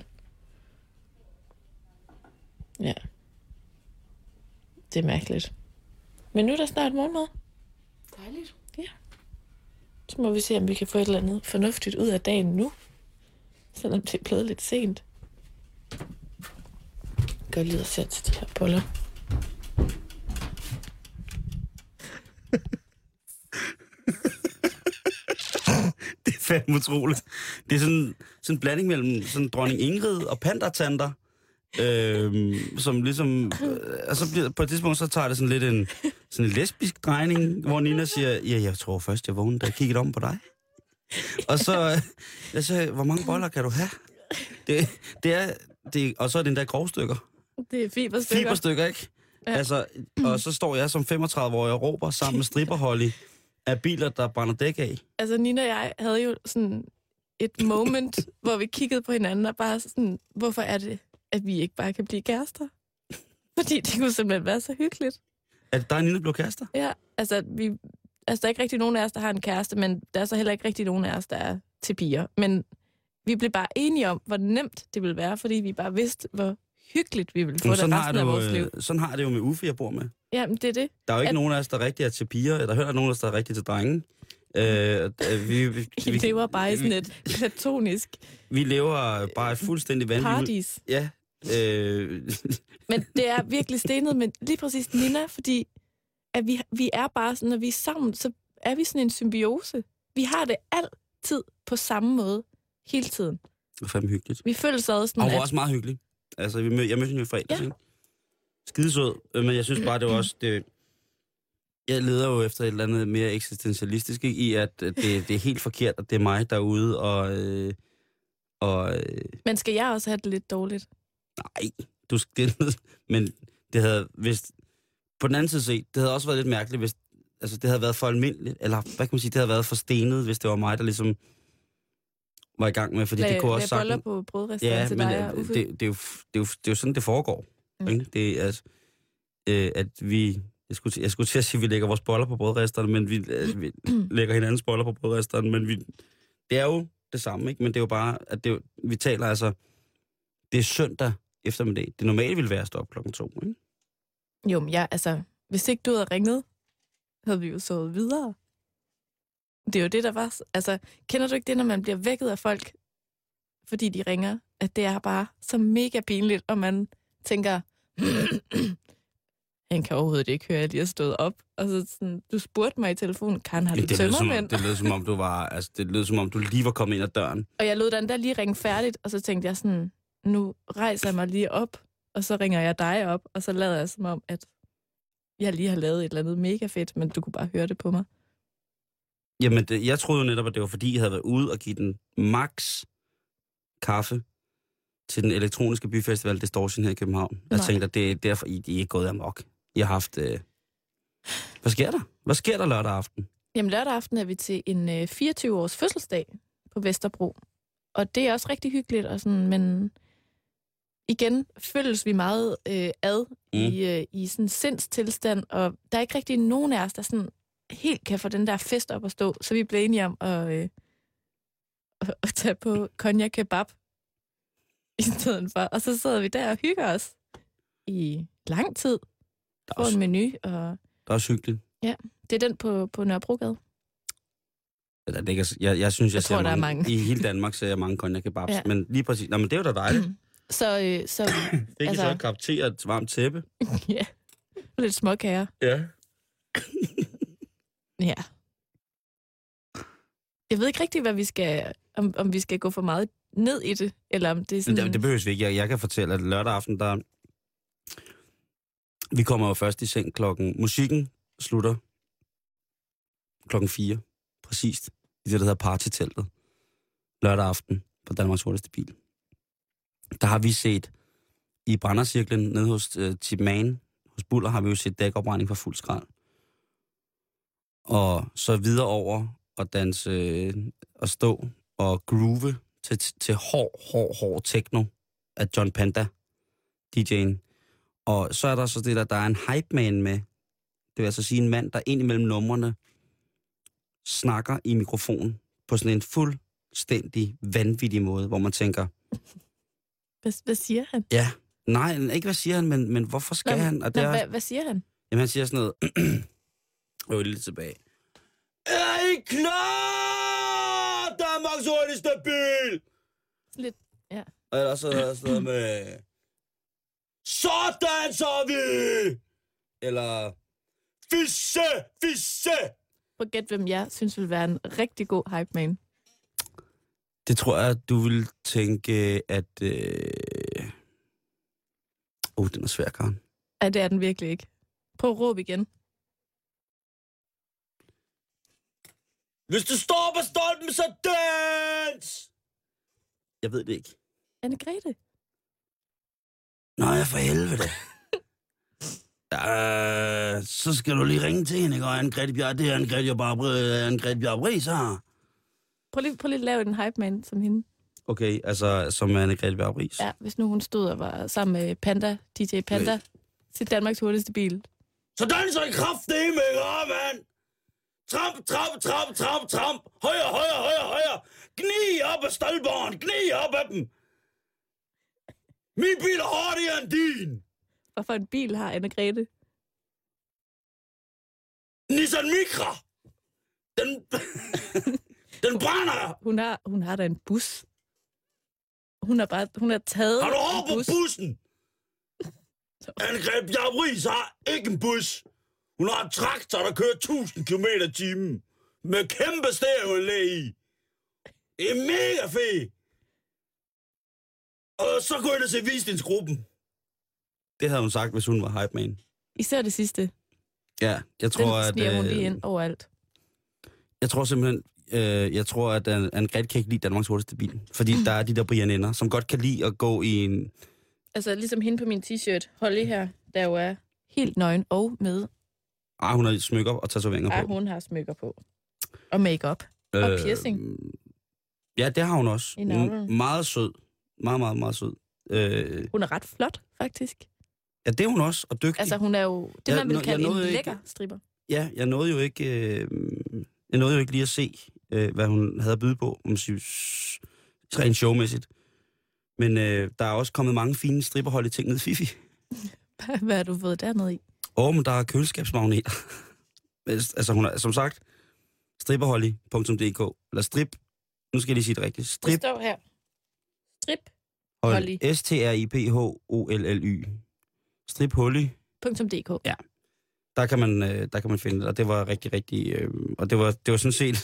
Ja. Det er mærkeligt. Men nu er der snart morgenmad.
Dejligt.
Ja. Så må vi se, om vi kan få et eller andet fornuftigt ud af dagen nu. Selvom det er blevet lidt sent. Gør lige og sæt til de her boller.
Det er fandme utroligt. Det er sådan, sådan en blanding mellem sådan dronning Ingrid og pandertanter. Øhm, som ligesom... Øh, og så bliver, på et tidspunkt, så tager det sådan lidt en, sådan en lesbisk drejning, hvor Nina siger, ja, jeg tror først, jeg vågnede, da jeg kiggede om på dig. Og så... Jeg siger, hvor mange boller kan du have? Det, det er... Det, og så er det den der grovstykker.
Det er fiberstykker.
Fiberstykker, ikke? Ja. Altså, og så står jeg som femogtredive-årig og råber sammen med stripperholly af biler, der brænder dæk af.
Altså, Nina og jeg havde jo sådan et moment, hvor vi kiggede på hinanden og bare sådan, hvorfor er det, at vi ikke bare kan blive kærester? Fordi det kunne simpelthen være så hyggeligt.
At der er Nina blev kærester?
Ja, altså, vi, altså, der er ikke rigtig nogen af os, der har en kæreste, men der er så heller ikke rigtig nogen af os, der er til piger. Men vi blev bare enige om, hvor nemt det ville være, fordi vi bare vidste, hvor hyggeligt vi ville få det resten af vores liv.
Sådan har det jo med Uffe, jeg bor med.
Ja, men det er det.
Der er jo ikke
at...
nogen af os, der rigtig er til piger, eller hører nogen af os, der er rigtig til drenge. Øh, vi, vi,
I
vi,
lever bare i sådan et platonisk...
Vi lever bare et fuldstændig vanvittigt...
Paradis.
Ja. Øh...
Men det er virkelig stenet med lige præcis Nina, fordi at vi, vi er bare sådan, når vi er sammen, så er vi sådan en symbiose. Vi har det altid på samme måde, hele tiden.
Det er fandme hyggeligt.
Vi føler sig også sådan,
Og hun var
at...
også meget hyggelig. Altså, vi mød, jeg mødte hende i fredags,
Ja.
ikke? Skidesød, men jeg synes bare, det var også... Det, jeg leder jo efter et eller andet mere eksistentialistisk, ikke? I at det, det er helt forkert, at det er mig derude, og... Øh, og øh,
Men skal jeg også have det lidt dårligt?
nej, du skal... Men det havde... Hvis, på den anden side set, det havde også været lidt mærkeligt, hvis... Altså, det havde været for almindeligt, eller hvad kan man sige, det havde været for stenet, hvis det var mig, der ligesom var i gang med, fordi
Lag,
det kunne også
boller
sagtens...
på brødrestaurant
Ja,
til
men
dig og
det,
Uffe.
det, det, er jo, det, er jo, det er jo sådan, det foregår.
Mm.
Ikke? Det er, at, øh, at vi... Jeg skulle, til, jeg skulle til at sige, at vi lægger vores boller på brødresterne, men vi, altså, vi lægger hinandens boller på brødresterne, men vi, det er jo det samme, ikke? Men det er jo bare, at det, vi taler altså... Det er søndag eftermiddag. Det normale ville være at stå op klokken to, ikke?
Jo, men ja, altså, hvis ikke du havde ringet, havde vi jo sovet videre. Det er jo det, der var... Altså, kender du ikke det, når man bliver vækket af folk, fordi de ringer? At det er bare så mega pinligt, og man tænker, han kan overhovedet ikke høre, at jeg har stået op. Og så sådan, du spurgte mig i telefonen, Karen, har du
det lød, som,
tømmermænd?
det lød som om, du var... Altså, det lød som om, du lige var kommet ind ad døren.
Og jeg lod den der lige ringe færdigt, og så tænkte jeg sådan, nu rejser jeg mig lige op, og så ringer jeg dig op, og så lader jeg som om, at jeg lige har lavet et eller andet mega fedt, men du kunne bare høre det på mig.
Jamen, det, jeg troede jo netop, at det var fordi, I havde været ude og give den max kaffe til den elektroniske byfestival Distortion her i København. Jeg
Nej.
tænkte, at det er derfor, I, I er gået amok. I har haft... Øh... Hvad sker der? Hvad sker der lørdag aften?
Jamen lørdag aften er vi til en øh, fireogtyve-års fødselsdag på Vesterbro. Og det er også rigtig hyggeligt, og sådan, men igen føles vi meget øh, ad mm. i, øh, i sådan en sindstilstand, og der er ikke rigtig nogen af os, der sådan helt kan få den der fest op at stå, så vi blev enige om at, øh, at, at tage på cognac kebab i stedet for. Og så sidder vi der og hygger os i lang tid. Får en menu, og...
Det er også hyggeligt.
Ja, det er den på, på Nørrebrogade.
Eller, det ikke, jeg, jeg synes, jeg,
Jeg
ser
tror, der er
mange,
mange.
i hele Danmark ser jeg mange cognac kebabs.
Ja.
Men lige præcis... Nå, men det er jo da dejligt.
Så, øh, så
Fik altså... I så et kap te og et varmt tæppe?
ja, lidt småkager.
Ja.
Ja. Jeg ved ikke rigtig, hvad vi skal, om, om vi skal gå for meget ned i det, eller om det er sådan...
Det, det behøves vi ikke. Jeg, jeg kan fortælle, at lørdag aften, der... Vi kommer jo først i seng klokken... Musikken slutter klokken fire. Præcist. i det, der hedder Partyteltet, lørdag aften på Danmarks hurtigste bil. Der har vi set i brændercirklen nede hos uh, Tip Man, hos Buller, har vi jo set dækopbrænding for fuld skrald. Og så videre over og danse øh, og stå og groove til, til hård, hård, hård techno af John Panda, D J'en. Og så er der så det der, der er en hype man med. Det vil altså sige en mand, der ind imellem numrene snakker i mikrofon på sådan en fuldstændig vanvittig måde, hvor man tænker...
Hvad, hvad siger han?
Ja, nej, ikke hvad siger han, men, men hvorfor skal
Nå,
han? Og det
nå,
er,
hvad, hvad siger han?
jamen han siger sådan noget... Jeg vil lidt tilbage. Er I klar? Danmarks hurtigste bil!
Lidt, ja.
Og ellers så er der sådan noget med... Så danser vi! Eller... Fisse! Fisse!
Prøv at gætte, hvem jeg synes vil være en rigtig god hype man.
Det tror jeg, du vil tænke, at... Øh... Oh, den er svær, Karen.
Ej, det er den virkelig ikke. Prøv at råbe igen.
Hvis du står på stolpen, så dans! Jeg ved det ikke.
Anne-Grethe.
Nej, for helvede. Ja, så skal du lige ringe til hende, ikke? Og Anne-Grethe Bjerg, det er Anne-Grethe Bjerg, Anne-Grethe Bjerg Bris, her.
Prøv lige, prøv lige at lave en hype man som hende.
Okay, altså som Anne-Grethe Bjerg Bris.
Ja, hvis nu hun stod og var sammen med Panda, D J Panda,
Nej.
til Danmarks hurtigste bil.
Så danser I kraftedeme, ikke, mand? Tramp, tramp, tramp, tramp, tramp. Højre, højre, højre, højre. Gni op af stolperen, gni op af dem. Min bil er hurtigere end din.
Hvorfor en bil har Anne-Grethe?
Nissan Micra. Den, den brænder.
Hun har, hun har da en bus. Hun har bare, hun har taget
Har du
en
over på
bus.
bussen? Anne-Grethe Bjerg Bris har ikke en bus. Hun har en traktor, der kører tusind kilometer i timen. Med kæmpe stereoanlæg i. Det er mega fedt. Og så går jeg ind og se Visningsgruppen. Det havde hun sagt, hvis hun var hype man.
Især det sidste.
Ja, jeg tror,
Den sniger
at...
hun
øh,
lige ind overalt.
Jeg tror simpelthen... Øh, jeg tror, at Anne-Grethe kan ikke lide Danmarks hurtigste bil. Fordi der er de der brianinder, som godt kan lide at gå i en...
Altså ligesom hende på min t-shirt, Holly her, der jo er helt nøgen og med.
Ah, hun har smykker og tatoveringer
Ja,
på.
hun har smykker på. Og makeup og
Øh,
piercing.
Ja, det har hun også.
I navlen.
M- meget sød. Meget, meget, meget sød. Øh,
Hun er ret flot, faktisk.
ja, det er hun også, og dygtig.
Altså hun er jo det,
Jeg
man vil
nå-
kalde
jeg
en
nåede ikke-
lækker stripper.
Ja, jeg nåede jo ikke, øh, jeg nåede jo ikke lige at se, øh, hvad hun havde at byde på, om sige, s- rent showmæssigt. Men øh, der er også kommet mange fine stripperhold i ting ned i Fifi.
Hvad har du fået dernede i?
Åh, men der er køleskabsmagneter. Altså, hun er, som sagt, stripperholly punktum d k. Eller strip, nu skal jeg lige sige det rigtigt.
Det
Strip,
står her. Strip.
Holly. S T R I P H O L L Y. Strip Holly.
Punktum .dk.
Ja. Der kan man, øh, der kan man finde det, og det var rigtig, rigtig... Øh, og det var, det var sådan set...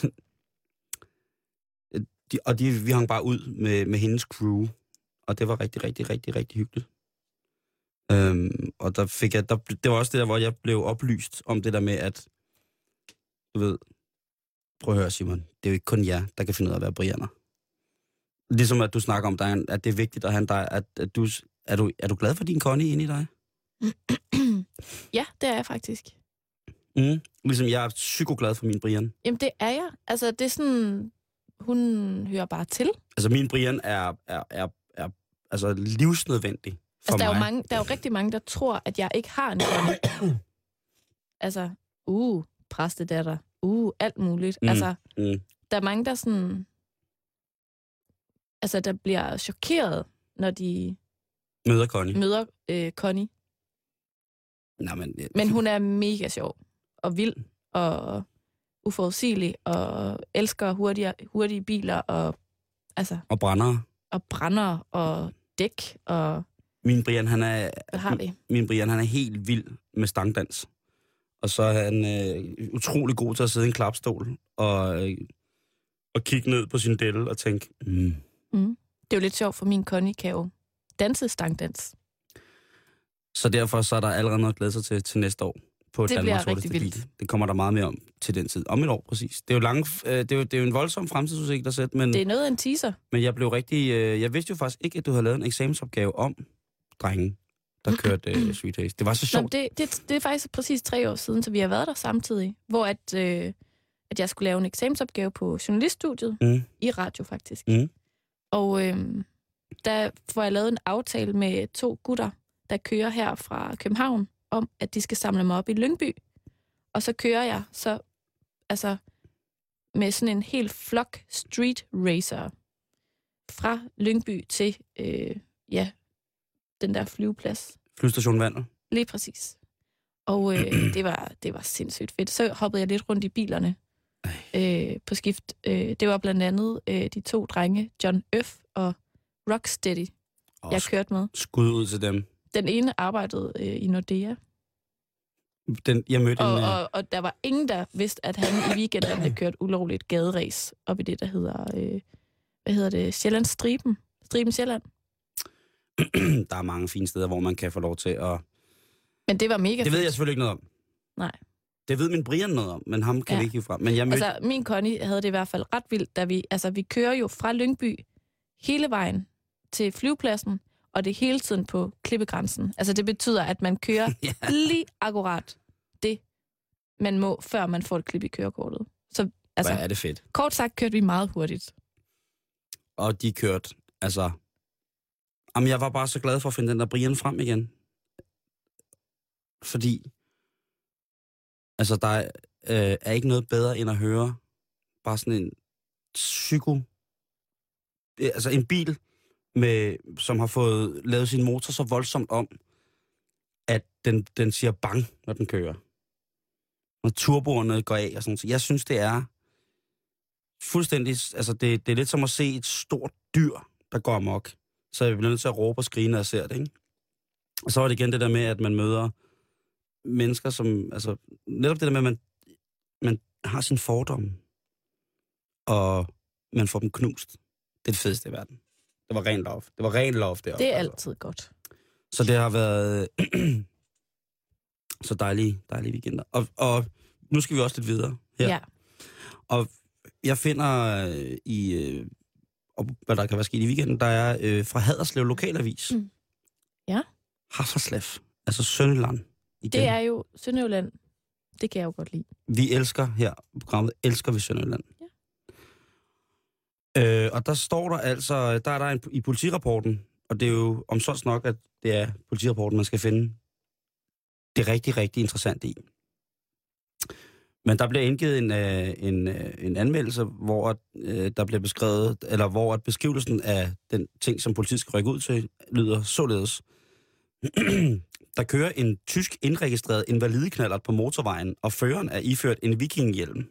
de, og de, vi hang bare ud med, med hendes crew, og det var rigtig, rigtig, rigtig, rigtig hyggeligt. Øhm, og der fik jeg... Der, det var også det der, hvor jeg blev oplyst om det der med, at... Du ved... Prøv at høre, Simon. Det er jo ikke kun jer, der kan finde ud af at være brianer. Ligesom at du snakker om, dig, at det er vigtigt at have dig... At, at du, er, du, er du glad for din Connie inde i dig?
Ja, det er jeg faktisk.
Mm. Ligesom jeg er psykoglad for min Brian.
Jamen, det er jeg. Altså, det er sådan... Hun hører bare til.
Altså, min Brian er, er, er, er altså livsnødvendig for
Altså, der er, jo
mig.
mange, der er jo rigtig mange, der tror, at jeg ikke har en Connie. Altså, uh, præstedatter. Uh, alt muligt.
Mm.
Altså,
Mm.
der er mange, der sådan... Altså, der bliver chokeret, når de
Møder Connie.
møder øh, Connie.
Nej, men, ja.
Men hun er mega sjov og vild og uforudsigelig og elsker hurtige, hurtige biler og, altså,
Og brænder.
og brænder og dæk og
Min Brian, han er,
hvad har vi?
min Brian, han er helt vild med stangdans. Og så er han øh, utrolig god til at sidde i en klapstol og, øh, og kigge ned på sin delle og tænke, mm.
Mm. Det er jo lidt sjovt, for min Connie kan jo danse stangdans.
Så derfor så er der allerede noget at glæde sig til til næste år. på
det
Danmarks
bliver rigtig
hurtigste
vildt.
bil. Det kommer der meget mere om til den tid. Om et år, præcis. Det er jo, lange, øh, det er jo, det er jo en voldsom fremtidsudsigt at sætte, men,
Det er noget af en teaser.
men jeg blev rigtig... Øh, jeg vidste jo faktisk ikke, at du havde lavet en eksamensopgave om drengen, der kørte øh, Sweet Haze. Det var så
Nå,
sjovt.
det, det, det er faktisk præcis tre år siden, så vi har været der samtidig, hvor at, øh, at jeg skulle lave en eksamensopgave på journaliststudiet,
Mm.
i radio faktisk.
Mm.
Og øh, der får jeg lavet en aftale med to gutter, der kører her fra København, om at de skal samle mig op i Lyngby. Og så kører jeg så altså med sådan en helt flok street racer fra Lyngby til øh, ja, den der flyveplads.
Flyvestation Vandel.
Lige præcis. Og øh, det, var, det var sindssygt fedt. Så hoppede jeg lidt rundt i bilerne øh, på skift. Øh, det var blandt andet øh, de to drenge, John Øf og Rocksteady,
Og
jeg kørte med.
skud ud til dem.
Den ene arbejdede øh, i Nordea,
Den, jeg mødte
og,
en... øh,
og, og der var ingen, der vidste, at han i weekenden havde kørt ulovligt gaderæs op i det, der hedder, øh, hvad hedder det, Sjællands Striben. Striben Sjælland.
der er mange fine steder, hvor man kan få lov til at...
Men det var mega
Det
fedt.
ved jeg selvfølgelig ikke noget om.
Nej.
Det ved min Brian noget om, men ham kan
Ja.
vi ikke hive frem. Men jeg mødte...
Altså, min Connie havde det i hvert fald ret vildt, da vi, altså, vi kører jo fra Lyngby hele vejen til flyvepladsen, og det er hele tiden på klippegrænsen. Altså, det betyder, at man kører
Ja.
lige akkurat det, man må, før man får et klip i kørekortet. Så, altså,
Hvad er det fedt.
kort sagt kørte vi meget hurtigt.
Og de kørte, altså... Jamen, jeg var bare så glad for at finde den der Brian frem igen. Fordi... Altså, der er, øh, er ikke noget bedre end at høre bare sådan en psyko... øh, Altså, en bil, med, som har fået lavet sin motor så voldsomt om, at den, den siger bang, når den kører. Når turboerne går af og sådan noget. Jeg synes, det er fuldstændig... Altså, det, det er lidt som at se et stort dyr, der går amok. Så jeg bliver nødt til at råbe og skrige, når jeg ser det, ikke? Og så er det igen det der med, at man møder mennesker, som... Altså, netop det der med, at man, man har sin fordomme, og man får dem knust. Det er det fedeste i verden. Det var ren love. Det var ren love deroppe.
Det er
altså.
altid godt.
Så det har været så dejlige, dejlige weekender. Og, og nu skal vi også lidt videre her.
Ja.
Og jeg finder øh, i, øh, og hvad der kan være sket i weekenden, der er øh, fra Haderslev Lokalavis.
Mm. Ja.
Haderslev, altså Sønderland. Igen.
Det er jo Sønderjylland. Det kan jeg jo godt lide.
Vi elsker her på programmet, elsker vi Sønderland.
Ja.
Øh, og der står der altså, der er der en, i politirapporten, og det er jo omsonst nok, at det er politirapporten, man skal finde det rigtig, rigtig interessante i. Men der bliver indgivet en, øh, en, øh, en anmeldelse, hvor øh, der bliver beskrevet, eller hvor at beskrivelsen af den ting, som politiet skal rykke ud til, lyder således. Der kører en tysk indregistreret invalideknallert på motorvejen, og føreren er iført en vikinghjelm.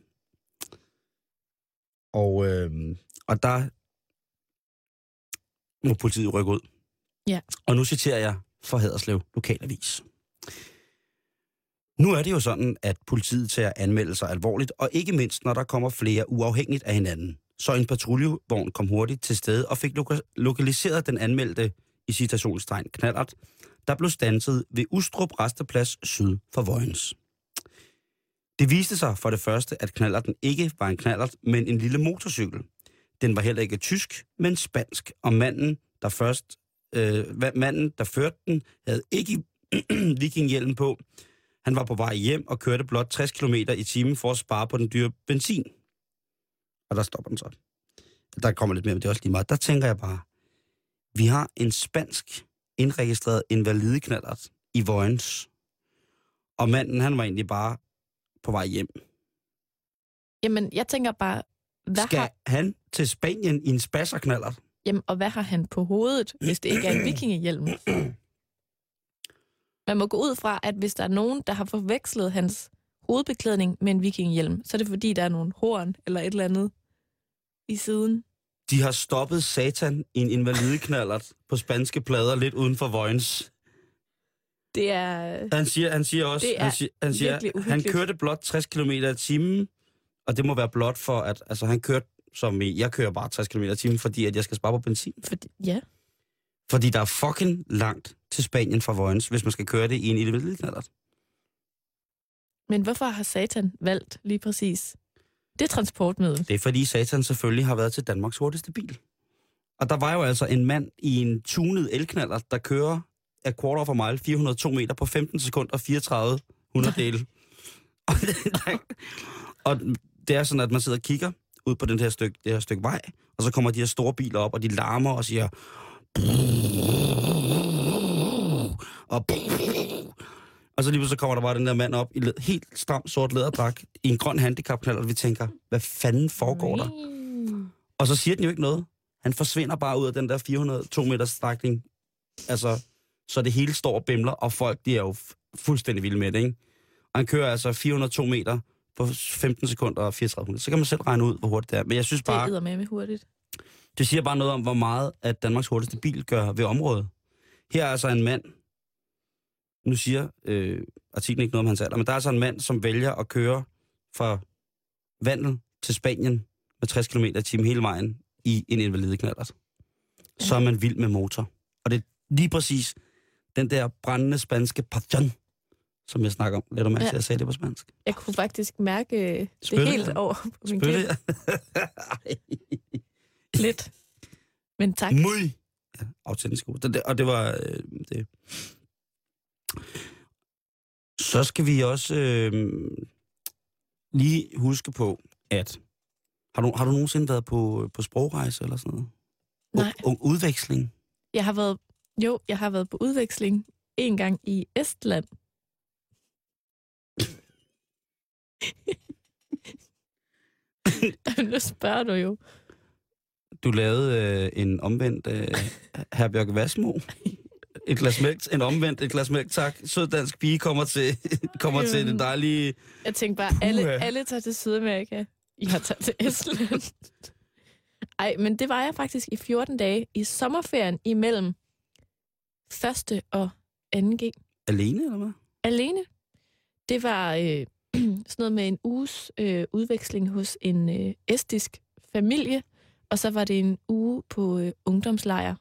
Og, øh, og der må politiet rykke ud.
Ja.
Og nu citerer jeg fra Haderslev Lokalavis. Nu er det jo sådan, at politiet tager anmeldelser alvorligt, og ikke mindst, når der kommer flere uafhængigt af hinanden. Så en patruljevogn kom hurtigt til stede og fik loka- lokaliseret den anmeldte i citationstegn knallert, der blev standset ved Ustrup Resteplads syd for Vojens. Det viste sig for det første, at knallerten ikke var en knallert, men en lille motorcykel. Den var heller ikke tysk, men spansk, og manden, der først, øh, manden, der førte den, havde ikke vikinghjelm på. Han var på vej hjem og kørte blot tres kilometer i timen for at spare på den dyre benzin. Og der stopper den så. Der kommer lidt mere, men det er også lige meget. Der tænker jeg bare, vi har en spansk indregistreret invalideknallert i Vojens. Og manden, han var egentlig bare på vej hjem.
Jamen, jeg tænker bare, hvad
Skal
har,
han til Spanien i en spasserknallert?
jamen, og hvad har han på hovedet, hvis det ikke er en vikingehjelm? Man må gå ud fra, at hvis der er nogen, der har forvekslet hans hovedbeklædning med en vikingehjelm, så er det fordi, der er nogle horn eller et eller andet i siden.
De har stoppet satan i en invalideknallert på spanske plader lidt uden for Vojens.
Det er...
Han siger, han siger også,
Det er
han siger, han, siger,
virkelig
han
uhyggeligt.
kørte blot tres kilometer i timen, og det må være blot for, at altså, han kørte som i, jeg kører bare tres kilometer i timen, fordi at jeg skal spare på benzin.
Fordi, ja.
Fordi der er fucking langt til Spanien fra Vojens, hvis man skal køre det i en invalideknallert.
Men hvorfor har Satan valgt lige præcis det transportmiddel?
Det er fordi Satan selvfølgelig har været til Danmarks hurtigste bil. Og der var jo altså en mand i en tunet elknaller, der kører af quarter of a mile, fire hundrede og to meter på femten sekunder og fireogtredive hundrededele. Og, og det er sådan, at man sidder og kigger ud på den her stykke, det her stykke vej, og så kommer de her store biler op, og de larmer og siger... Og, og så lige så kommer der bare den der mand op i led, helt stram sort læderdragt i en grøn handicapknaller, og vi tænker, hvad fanden foregår der? Og så siger den jo ikke noget. Han forsvinder bare ud af den der fire hundrede og to meters strækning. Altså, så det hele står og bimler, og folk, de er jo fuldstændig vilde med det, ikke? Og han kører altså fire hundrede og to meter på femten sekunder og fireogtredive hundrede. Så kan man selv regne ud, hvor hurtigt det er. Men jeg synes bare...
Det er med hurtigt.
Det siger bare noget om, hvor meget at Danmarks hurtigste bil gør ved området. Her er altså en mand, nu siger øh, artiklen ikke noget om hans alder, men der er altså en mand, som vælger at køre fra Vandel til Spanien med tres kilometer i timen hele vejen i en invalideknallert. Så er man vild med motor. Og det er lige præcis den der brændende spanske pardon, som jeg snakker om. Lad du mærke til, at jeg sagde det på spansk.
Jeg kunne faktisk mærke det
Spytte.
helt over på min
Spytte.
Lidt. Men tak.
Muy. Ja, autentisk god. Det, og det var... Øh, det. Så skal vi også øh, lige huske på, at... Har du, har du nogensinde været på, på sprogrejse eller sådan noget?
Nej.
U- udveksling?
Jeg har været... Jo, jeg har været på udveksling en gang i Estland. Nu spørger du jo.
Du lavede øh, en omvendt øh, Herbjørg Vassmo. Et glas mælk, en omvendt, et glas mælk, tak. Sød dansk pige kommer til, kommer til det dejlige...
Jeg tænkte bare, alle, alle tager til Sydamerika. Jeg tager til Estland. Ej, men det var jeg faktisk i fjorten dage i sommerferien imellem første og anden G.
Alene, eller hvad?
Alene. Det var øh, sådan noget med en uges øh, udveksling hos en øh, estisk familie, og så var det en uge på øh, ungdomslejr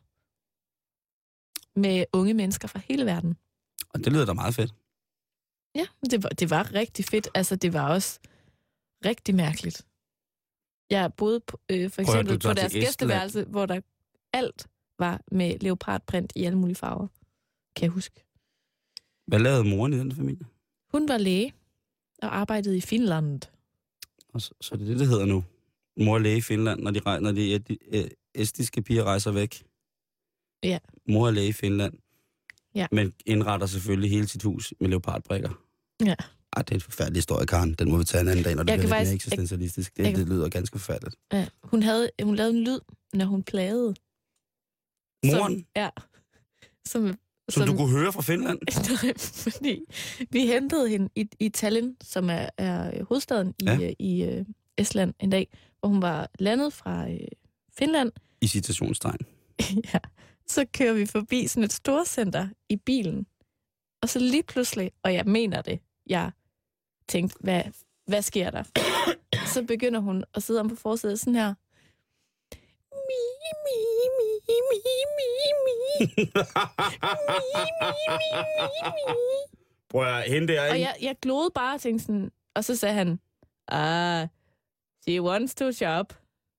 med unge mennesker fra hele verden.
Og det lyder da meget fedt.
Ja, det var, det var rigtig fedt. Altså, det var også rigtig mærkeligt. Jeg boede på, øh, for eksempel på deres gæsteværelse, hvor der alt var med leopardprint i alle mulige farver. Kan jeg huske.
Hvad lavede moren i den familie?
Hun var læge og arbejdede i Finland.
Og så, så det er det, det hedder nu. Mor er læge i Finland, når de, når de, de, de estiske piger rejser væk.
Ja.
Mor er læge i Finland.
Ja.
Men indretter selvfølgelig hele sit hus med leopardbrikker.
Ja.
Ej, det er en forfærdelig historie, Karen. Den må vi tage en anden dag, når det
jeg
bliver lidt
faktisk,
mere eksistentialistisk. Det,
jeg,
det lyder ganske forfærdeligt.
Ja. Hun, havde, hun lavede en lyd, når hun plagede.
Moren?
Som, ja. Som,
som,
som
du kunne høre fra Finland?
Nej, fordi vi hentede hende i, i Tallinn, som er, er hovedstaden i, ja. i, i uh, Estland en dag, hvor hun var landet fra uh, Finland.
I citationstegn.
Ja. Så kører vi forbi sådan et storcenter i bilen. Og så lige pludselig, og jeg mener det, jeg tænkte, hvad, hvad sker der? Så begynder hun at sidde om på forsædet sådan her. Mi, mi, mi, mi, mi, mi. Mi, mi, mi, mi, mi.
Prøv at hente der, ikke?
Og jeg, jeg glodede bare og tænkte sådan, og så sagde han, ah, she wants to shop.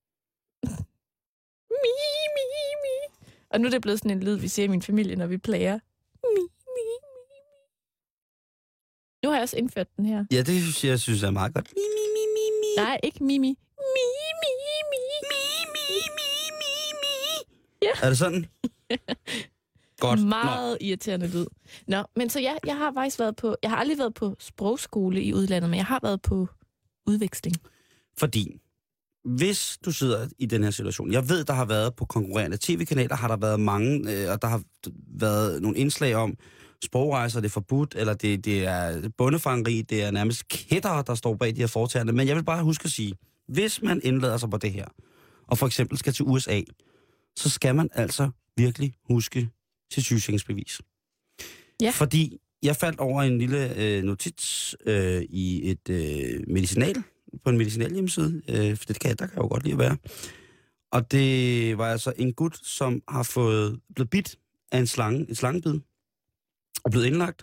Mi, mi, mi. Og nu er det blevet sådan en lyd, vi siger i min familie, når vi plager. Mi, mi, mi, mi. Nu har jeg også indført den her.
Ja, det synes jeg, jeg synes er meget godt. Mi, mi, mi, mi, mi.
Nej, ikke Mimi. Mi, mi, mi.
Mi, mi, mi, mi, mi.
Ja.
Er det sådan? Godt.
Meget Nå. Irriterende lyd. Nå, men så ja, jeg har faktisk været på, jeg har aldrig været på sprogskole i udlandet, men jeg har været på udveksling.
Fordi, hvis du sidder i den her situation, jeg ved, der har været på konkurrerende tv-kanaler, har der været mange, øh, og der har været nogle indslag om, sprogrejser, det er forbudt, eller det, det er bondefangeri, det er nærmest kættere, der står bag de her foretagende. Men jeg vil bare huske at sige, hvis man indlader sig på det her, og for eksempel skal til U S A, så skal man altså virkelig huske sit sygesikringsbevis.
Ja.
Fordi jeg faldt over en lille øh, notits øh, i et øh, medicinal, på en medicinal hjemmeside, øh, for det kan, der kan jeg jo godt lide at være. Og det var altså en gut, som har fået blevet bidt af en slange, en slangebid, og blevet indlagt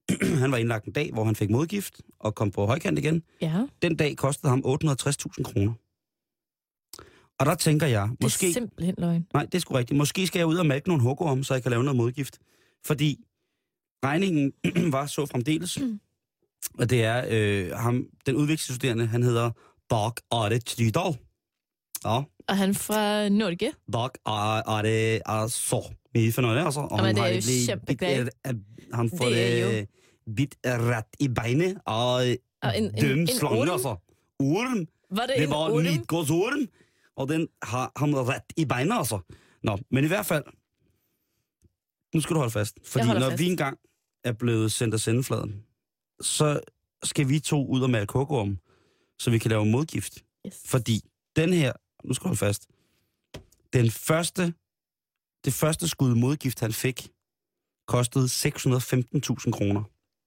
han var indlagt en dag, hvor han fik modgift og kom på højkant igen.
Ja.
Den dag kostede ham otte hundrede og tres tusind kroner. Og der tænker jeg, måske...
Det er simpelthen løgn.
Nej, det er sgu rigtigt. Måske skal jeg ud og malke nogle hugorm, så jeg kan lave noget modgift. Fordi regningen var så fremdeles. Mm. Og det er øh, ham, den udviklingsstuderende, han hedder Dag Are Trydal. Ja.
Og han fra Norge?
Dag Are er så mye for Norge, altså. Og
men det er jo
blitt-
kjempegreit.
Han får
Det er jo-
det bitt rett i beinet av
Og en, en,
døm
en
slange,
orm?
altså. Orm.
Var det,
Det
en
var
orm?
en midtgårdsorm, og den har ham ret i beinet, altså. Nå, men i hvert fald, nu skal du holde fast. Fordi
holder
når
fast.
vi engang er blevet sendt af sendefladen, så skal vi to ud og malke hugorm, så vi kan lave modgift.
Yes.
Fordi den her, nu skal du holde fast, den første, det første skud modgift, han fik, kostede seks hundrede og femten tusind kroner.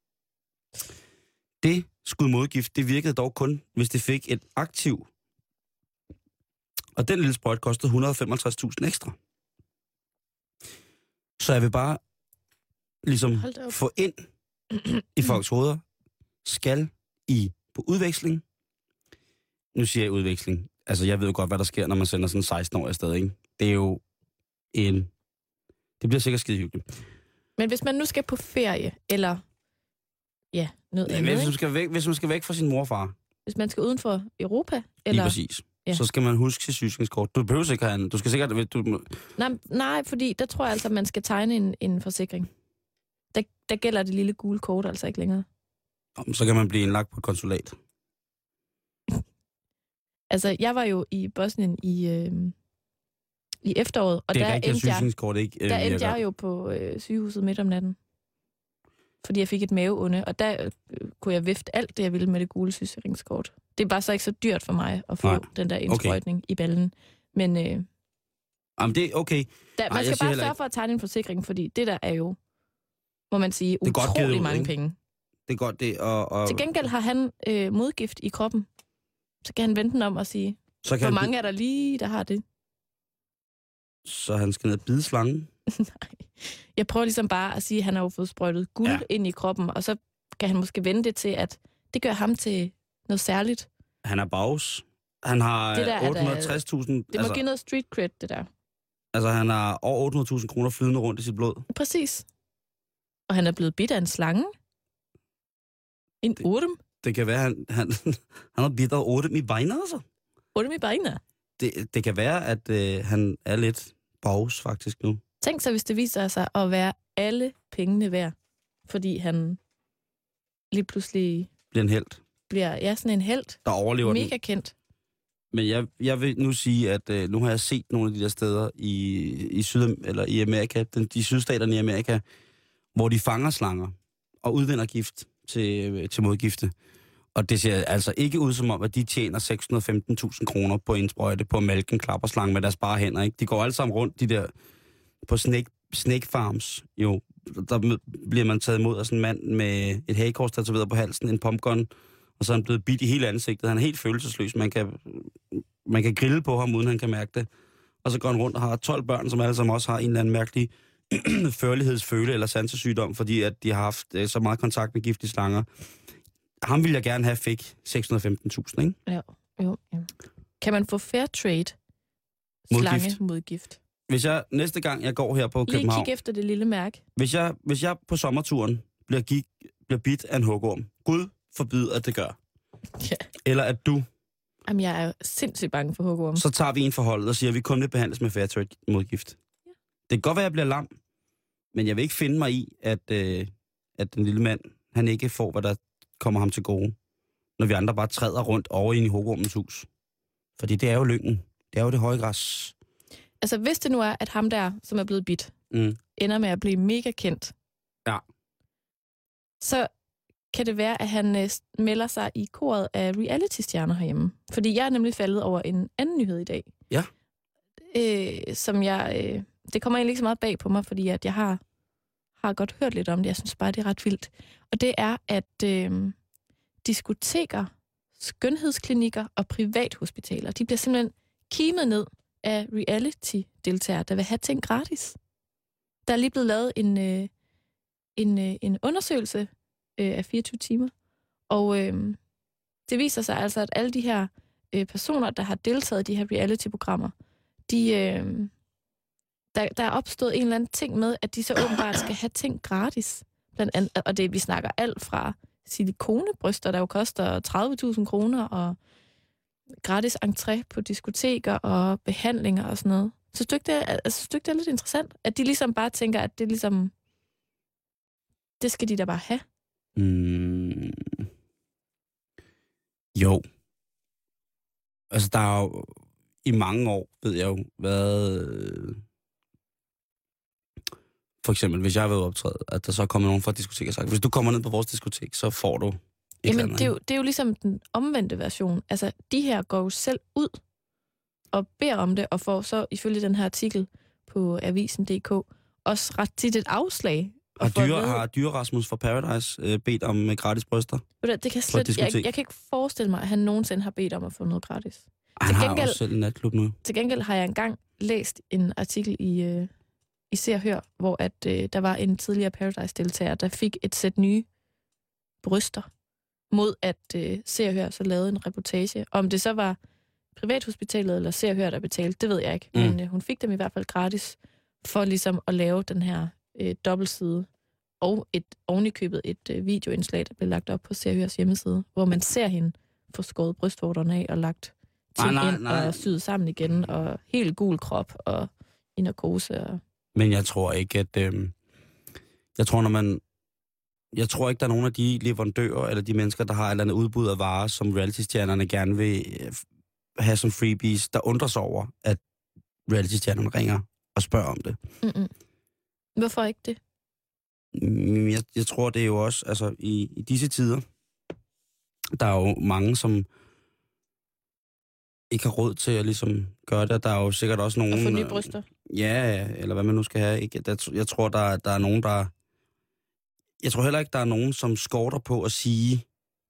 Det skud modgift, det virkede dog kun, hvis det fik et aktiv. Og den lille sprøjt kostede et hundrede og femoghalvtreds tusind ekstra. Så jeg vil bare ligesom
Hold da op.
få ind i folks hoveder, skal I på udveksling? Nu siger jeg udveksling. Altså, jeg ved jo godt, hvad der sker, når man sender sådan en seksten år afsted, ikke? Det er jo en... Det bliver sikkert skide hyggeligt.
Men hvis man nu skal på ferie, eller ja, noget andet,
Hvis
ikke?
man, skal væk, hvis man skal væk fra sin mor og far,
Hvis man skal uden for Europa,
lige
eller...
præcis,
Ja.
så skal man huske sit sygesikringskort. Du behøver ikke have en... Du skal sikkert... Du,
Nej, nej, fordi der tror jeg altså, at man skal tegne en, en forsikring. Der, der gælder det lille gule kort altså ikke længere.
så kan man blive indlagt på et konsulat.
Altså, jeg var jo i Bosnien i, øh, i efteråret, og
Det er
der
rigtigt, at
endte, jeg,
sygesikringskort ikke øh,
der endte
virker.
jeg jo på øh, sygehuset midt om natten. Fordi jeg fik et maveonde, og der øh, kunne jeg vifte alt det, jeg ville med det gule sygesikringskort. Det var så ikke så dyrt for mig at få
Nej.
den der indsprøjtning okay. i ballen. Men øh,
Jamen, det er okay.
der,
Ej,
man
jeg
skal
siger
bare
heller
sørge
ikke-
for at tegne en forsikring, fordi det der er jo, må man sige,
Det er godt givet
utrolig
ud,
mange
ikke?
penge.
Det er godt, det... Og, og,
Til gengæld har han øh, modgift i kroppen. Så kan han vente den om og sige,
så kan
hvor
han,
mange er der lige, der har det?
Så han skal ned og bide slangen.
Nej. Jeg prøver ligesom bare at sige, at han har jo fået sprøjtet guld
Ja.
ja. ind i kroppen, og så kan han måske vende det til, at det gør ham til noget særligt.
Han er bags. Han har
Det der er da-
otte hundrede og tres tusind...
Det må
Altså,
give noget street cred, det der.
altså, han har over otte hundrede tusind kroner flydende rundt i sit blod.
Præcis. Og han er blevet bidt af en slange. En
Det-
orm.
Det kan være, han, han, han har bidt otte i beinet, altså.
Orm i beina.
Det, det kan være, at øh, han er lidt bags faktisk nu.
Tænk så, hvis det viser sig at være alle pengene værd, fordi han lige pludselig
Bliver en helt.
bliver ja, sådan en helt,
Der overlever den.
mega kendt.
Men jeg, jeg vil nu sige, at øh, nu har jeg set nogle af de der steder i, i Syd eller i Amerika, den, de sydstaterne i Amerika, hvor de fanger slanger og udvinder gift til, øh, til modgifte. Og det ser altså ikke ud som om, at de tjener seks hundrede og femten tusind kroner på en sprøjte på at malke en klapperslange med deres bare hænder. Ikke? De går alle sammen rundt, de der på snake, snake farms. Jo, der bliver man taget imod af sådan en mand med et hagekors tatoveret på halsen, en pumpgun, og så er han blevet bidt i hele ansigtet. Han er helt følelsesløs. Man kan, man kan grille på ham, uden han kan mærke det. Og så går han rundt og har tolv børn, som alle sammen også har en eller anden mærkelig førlighedsføle eller sansesygdom, fordi at de har haft øh, så meget kontakt med giftige slanger. Ham ville jeg gerne have fik seks hundrede og femten tusind, ikke?
Ja, jo, ja. Kan man få fair trade
Modgift.
slange modgift?
Hvis jeg næste gang, jeg går her på
Lige
København,
kig efter det lille mærke.
hvis jeg, hvis jeg på sommerturen bliver, gik, bliver bidt af en hugorm, Gud forbyde, at det gør.
Ja.
Eller at du,
Jamen, jeg er sindssygt bange for hugorm.
så tager vi en forholdet og siger, at vi kun vil behandles med fair trade modgift. Ja. Det kan godt være, at jeg bliver lam, men jeg vil ikke finde mig i, at, øh, at den lille mand, han ikke får, hvad der kommer ham til gode, når vi andre bare træder rundt over ind i hugormens hus. Fordi det er jo lyngen. Det er jo det høje græs.
Altså, hvis det nu er, at ham der, som er blevet bidt,
Mm.
ender med at blive mega kendt,
Ja.
så kan det være, at han øh, melder sig i koret af reality-stjerner herhjemme. Fordi jeg er nemlig faldet over en anden nyhed i dag.
Ja.
Øh, som jeg... Øh, det kommer egentlig ikke så meget bag på mig, fordi at jeg har, har godt hørt lidt om det. Jeg synes bare, det er ret vildt. Og det er, at øh, diskoteker, skønhedsklinikker og privathospitaler, de bliver simpelthen kimet ned af reality-deltagere, der vil have ting gratis. Der er lige blevet lavet en, øh, en, øh, en undersøgelse øh, af fireogtyve timer. Og øh, det viser sig altså, at alle de her øh, personer, der har deltaget i de her reality-programmer, de, øh, der, der er opstået en eller anden ting med, at de så åbenbart skal have ting gratis. Blandt andet, og det, vi snakker alt fra silikonebryster, der jo koster tredive tusind kroner, og gratis entré på diskoteker og behandlinger og sådan noget. Så synes du ikke, det er, altså, synes du ikke, det er lidt interessant, at de ligesom bare tænker, at det ligesom, det skal de da bare have?
Mm. Jo. Altså, der har jo i mange år, ved jeg jo, været... For eksempel, hvis jeg har været optrædet, at der så kommer nogen fra diskotek og sagt, hvis du kommer ned på vores diskotek, så får du...
Jamen, andet, det, er jo, det er jo ligesom den omvendte version. Altså, de her går jo selv ud og beder om det, og får så, ifølge den her artikel på avisen punktum d k, også ret tit et afslag.
Har dyre, har dyre Rasmus fra Paradise øh, bedt om øh, gratis bryster?
Det kan slet, jeg, jeg kan ikke forestille mig, at han nogensinde har bedt om at få noget gratis.
Han har gengæld, også selv en natklub nu.
Til gengæld har jeg engang læst en artikel i, øh, i Se og Hør, hvor at, øh, der var en tidligere Paradise-deltager, der fik et sæt nye bryster, mod at øh, Se og Hør så lavede en reportage. Om det så var privathospitalet eller Se og Hør, der betalte, det ved jeg ikke. Mm. Men øh, hun fik dem i hvert fald gratis, for ligesom at lave den her øh, dobbeltside, og et ovenikøbet et øh, videoindslag, der blev lagt op på Se og Hørs hjemmeside, hvor man ser hende få skåret brystvorterne af og lagt ting nej, nej, ind nej. og syet sammen igen, og helt gul krop og i narkose. Og...
Men jeg tror ikke, at... Øh, jeg tror, når man... Jeg tror ikke, der er nogen af de leverandører, eller de mennesker, der har et eller andet udbud af varer, som reality-stjernerne gerne vil have som freebies, der undrer sig over, at reality-stjernerne ringer og spørger om det.
Mm-mm. Hvorfor ikke det?
Jeg, jeg tror, det er jo også, altså i, i disse tider, der er jo mange, som ikke har råd til at ligesom gøre det. Der er jo sikkert også nogen...
Og få nye bryster?
Ja, eller hvad man nu skal have. Ikke? Der, jeg tror, der, der er nogen, der... Jeg tror heller ikke, der er nogen, som skorter på at sige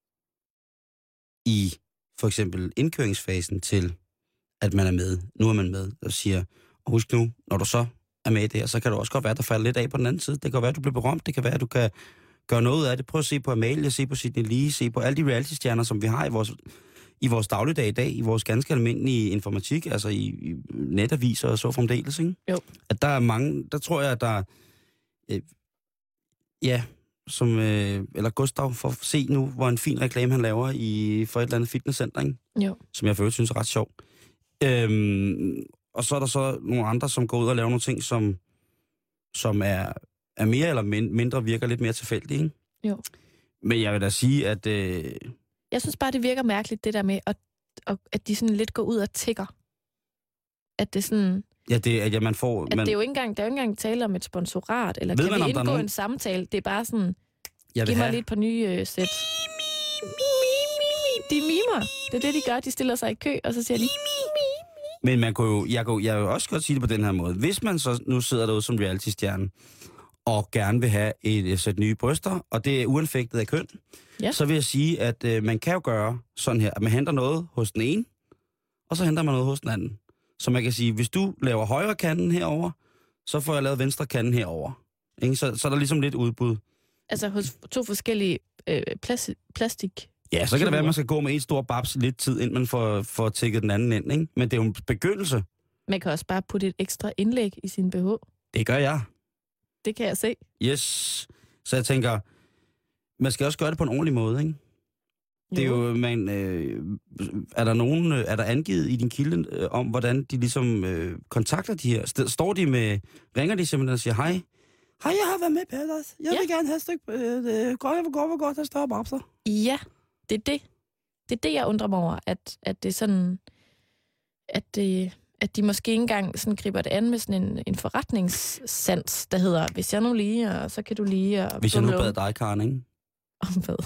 i for eksempel indkøringsfasen til, at man er med. Nu er man med, og siger, og husk nu, når du så er med i det her, så kan det også godt være, at der falder lidt af på den anden side. Det kan være, at du bliver berømt. Det kan være, at du kan gøre noget ud af det. Prøv at se på Amalie, se på Sydney Lee, se på alle de reality-stjerner, som vi har i vores, i vores dagligdag i dag, i vores ganske almindelige informatik, altså i, i netaviser og så fremdeles, ikke?
Jo.
At der er mange, der tror jeg, at der øh, ja, som, øh, eller Gustav får se nu, hvor en fin reklame han laver i, for et eller andet fitnesscenter, ikke?
Jo.
Som jeg for øvrigt synes er ret sjov. Øhm, og så er der så nogle andre, som går ud og laver nogle ting, som, som er, er mere eller mindre virker lidt mere tilfældige, ikke?
Jo.
Men jeg vil da sige, at... Øh...
Jeg synes bare, det virker mærkeligt, det der med, at, at de sådan lidt går ud og tigger. At det sådan...
Ja, det er, ja, man får...
At
man...
det er jo ikke engang, der er jo ikke engang tale om et sponsorat, eller ved kan man, vi indgå nogen... en samtale? Det er bare sådan, giv mig have... lige et par nye uh, sæt. De mimer. Det er det, de gør. De stiller sig i kø, og så siger de...
Men man kunne jo, jeg, kunne, jeg vil også godt sige det på den her måde. Hvis man så nu sidder derude som reality-stjerne, og gerne vil have et, et sæt nye bryster, og det er uanfægtet af køn, ja. Så vil jeg sige, at øh, man kan jo gøre sådan her, at man henter noget hos den ene, og så henter man noget hos den anden. Så man kan sige, hvis du laver højre kanten herover, så får jeg lavet venstre kanten herover. Ikke? Så, så er der ligesom lidt udbud.
Altså hos to forskellige øh, plas- plastik...
Ja, så kan det være, at man skal gå med en stor babs lidt tid, inden man får, får tækket den anden ind, ikke? Men det er jo en begyndelse.
Man kan også bare putte et ekstra indlæg i sin B H.
Det gør jeg.
Det kan jeg se.
Yes. Så jeg tænker, man skal også gøre det på en ordentlig måde, ikke? Det er jo, man, øh, er der nogen, er der angivet i din kilde øh, om, hvordan de ligesom øh, kontakter de her? Står de med, ringer de simpelthen og siger, hej, hej, jeg har været med, Peter. Jeg vil ja. gerne have et stykke, øh, godt, jeg vil godt, hvor godt, der større babser.
Ja, det er det. Det er det, jeg undrer mig over, at, at det er sådan, at, det, at de måske ikke engang sådan griber det an med sådan en, en forretningssans, der hedder, hvis jeg nu lige, og så kan du lige... Og
hvis jeg nu bad dig, Karen, ikke?
Om hvad?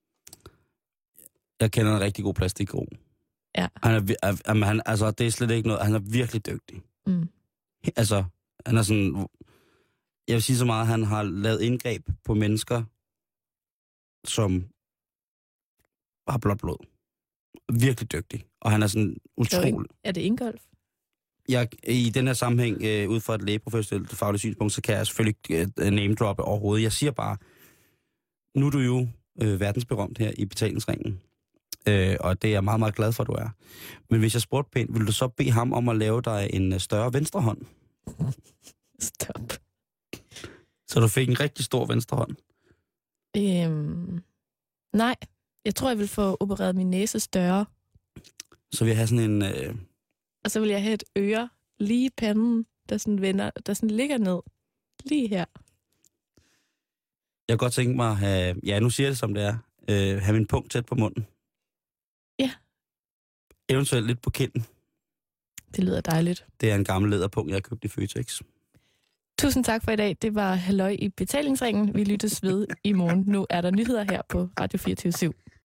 Jeg kender en rigtig god plastikro.
Ja.
Han er, er, han, altså, det er slet ikke noget, han er virkelig dygtig.
Mm.
Altså, han er sådan... Jeg vil sige så meget, at han har lavet indgreb på mennesker, som har blåt blod. Virkelig dygtig. Og han er sådan utrolig...
Er det Ingolf?
Jeg, I den her sammenhæng, øh, ud fra et lægeprofessionelt fagligt synspunkt, så kan jeg selvfølgelig ikke øh, name-droppe overhovedet. Jeg siger bare, nu er du jo øh, verdensberømt her i betalingsringen. Øh, og det er jeg meget, meget glad for, at du er. Men hvis jeg spurgte pænt, ville du så bede ham om at lave dig en større venstre hånd?
Stop.
Så du fik en rigtig stor venstre hånd?
Øhm, nej, jeg tror, jeg vil få opereret min næse større.
Så vil jeg have sådan en... Øh...
Og så vil jeg have et øre lige i panden, der sådan vender, der sådan ligger ned. Lige her.
Jeg kunne godt tænke mig at have... Ja, nu siger jeg det, som det er. Øh, have min punkt tæt på munden.
Ja.
Eventuelt lidt på kinden.
Det lyder dejligt.
Det er en gammel læderpunkt, jeg har købt i Føtex.
Tusind tak for i dag. Det var Halløj i betalingsringen. Vi lyttes ved i morgen. Nu er der nyheder her på Radio fireogtyve syv.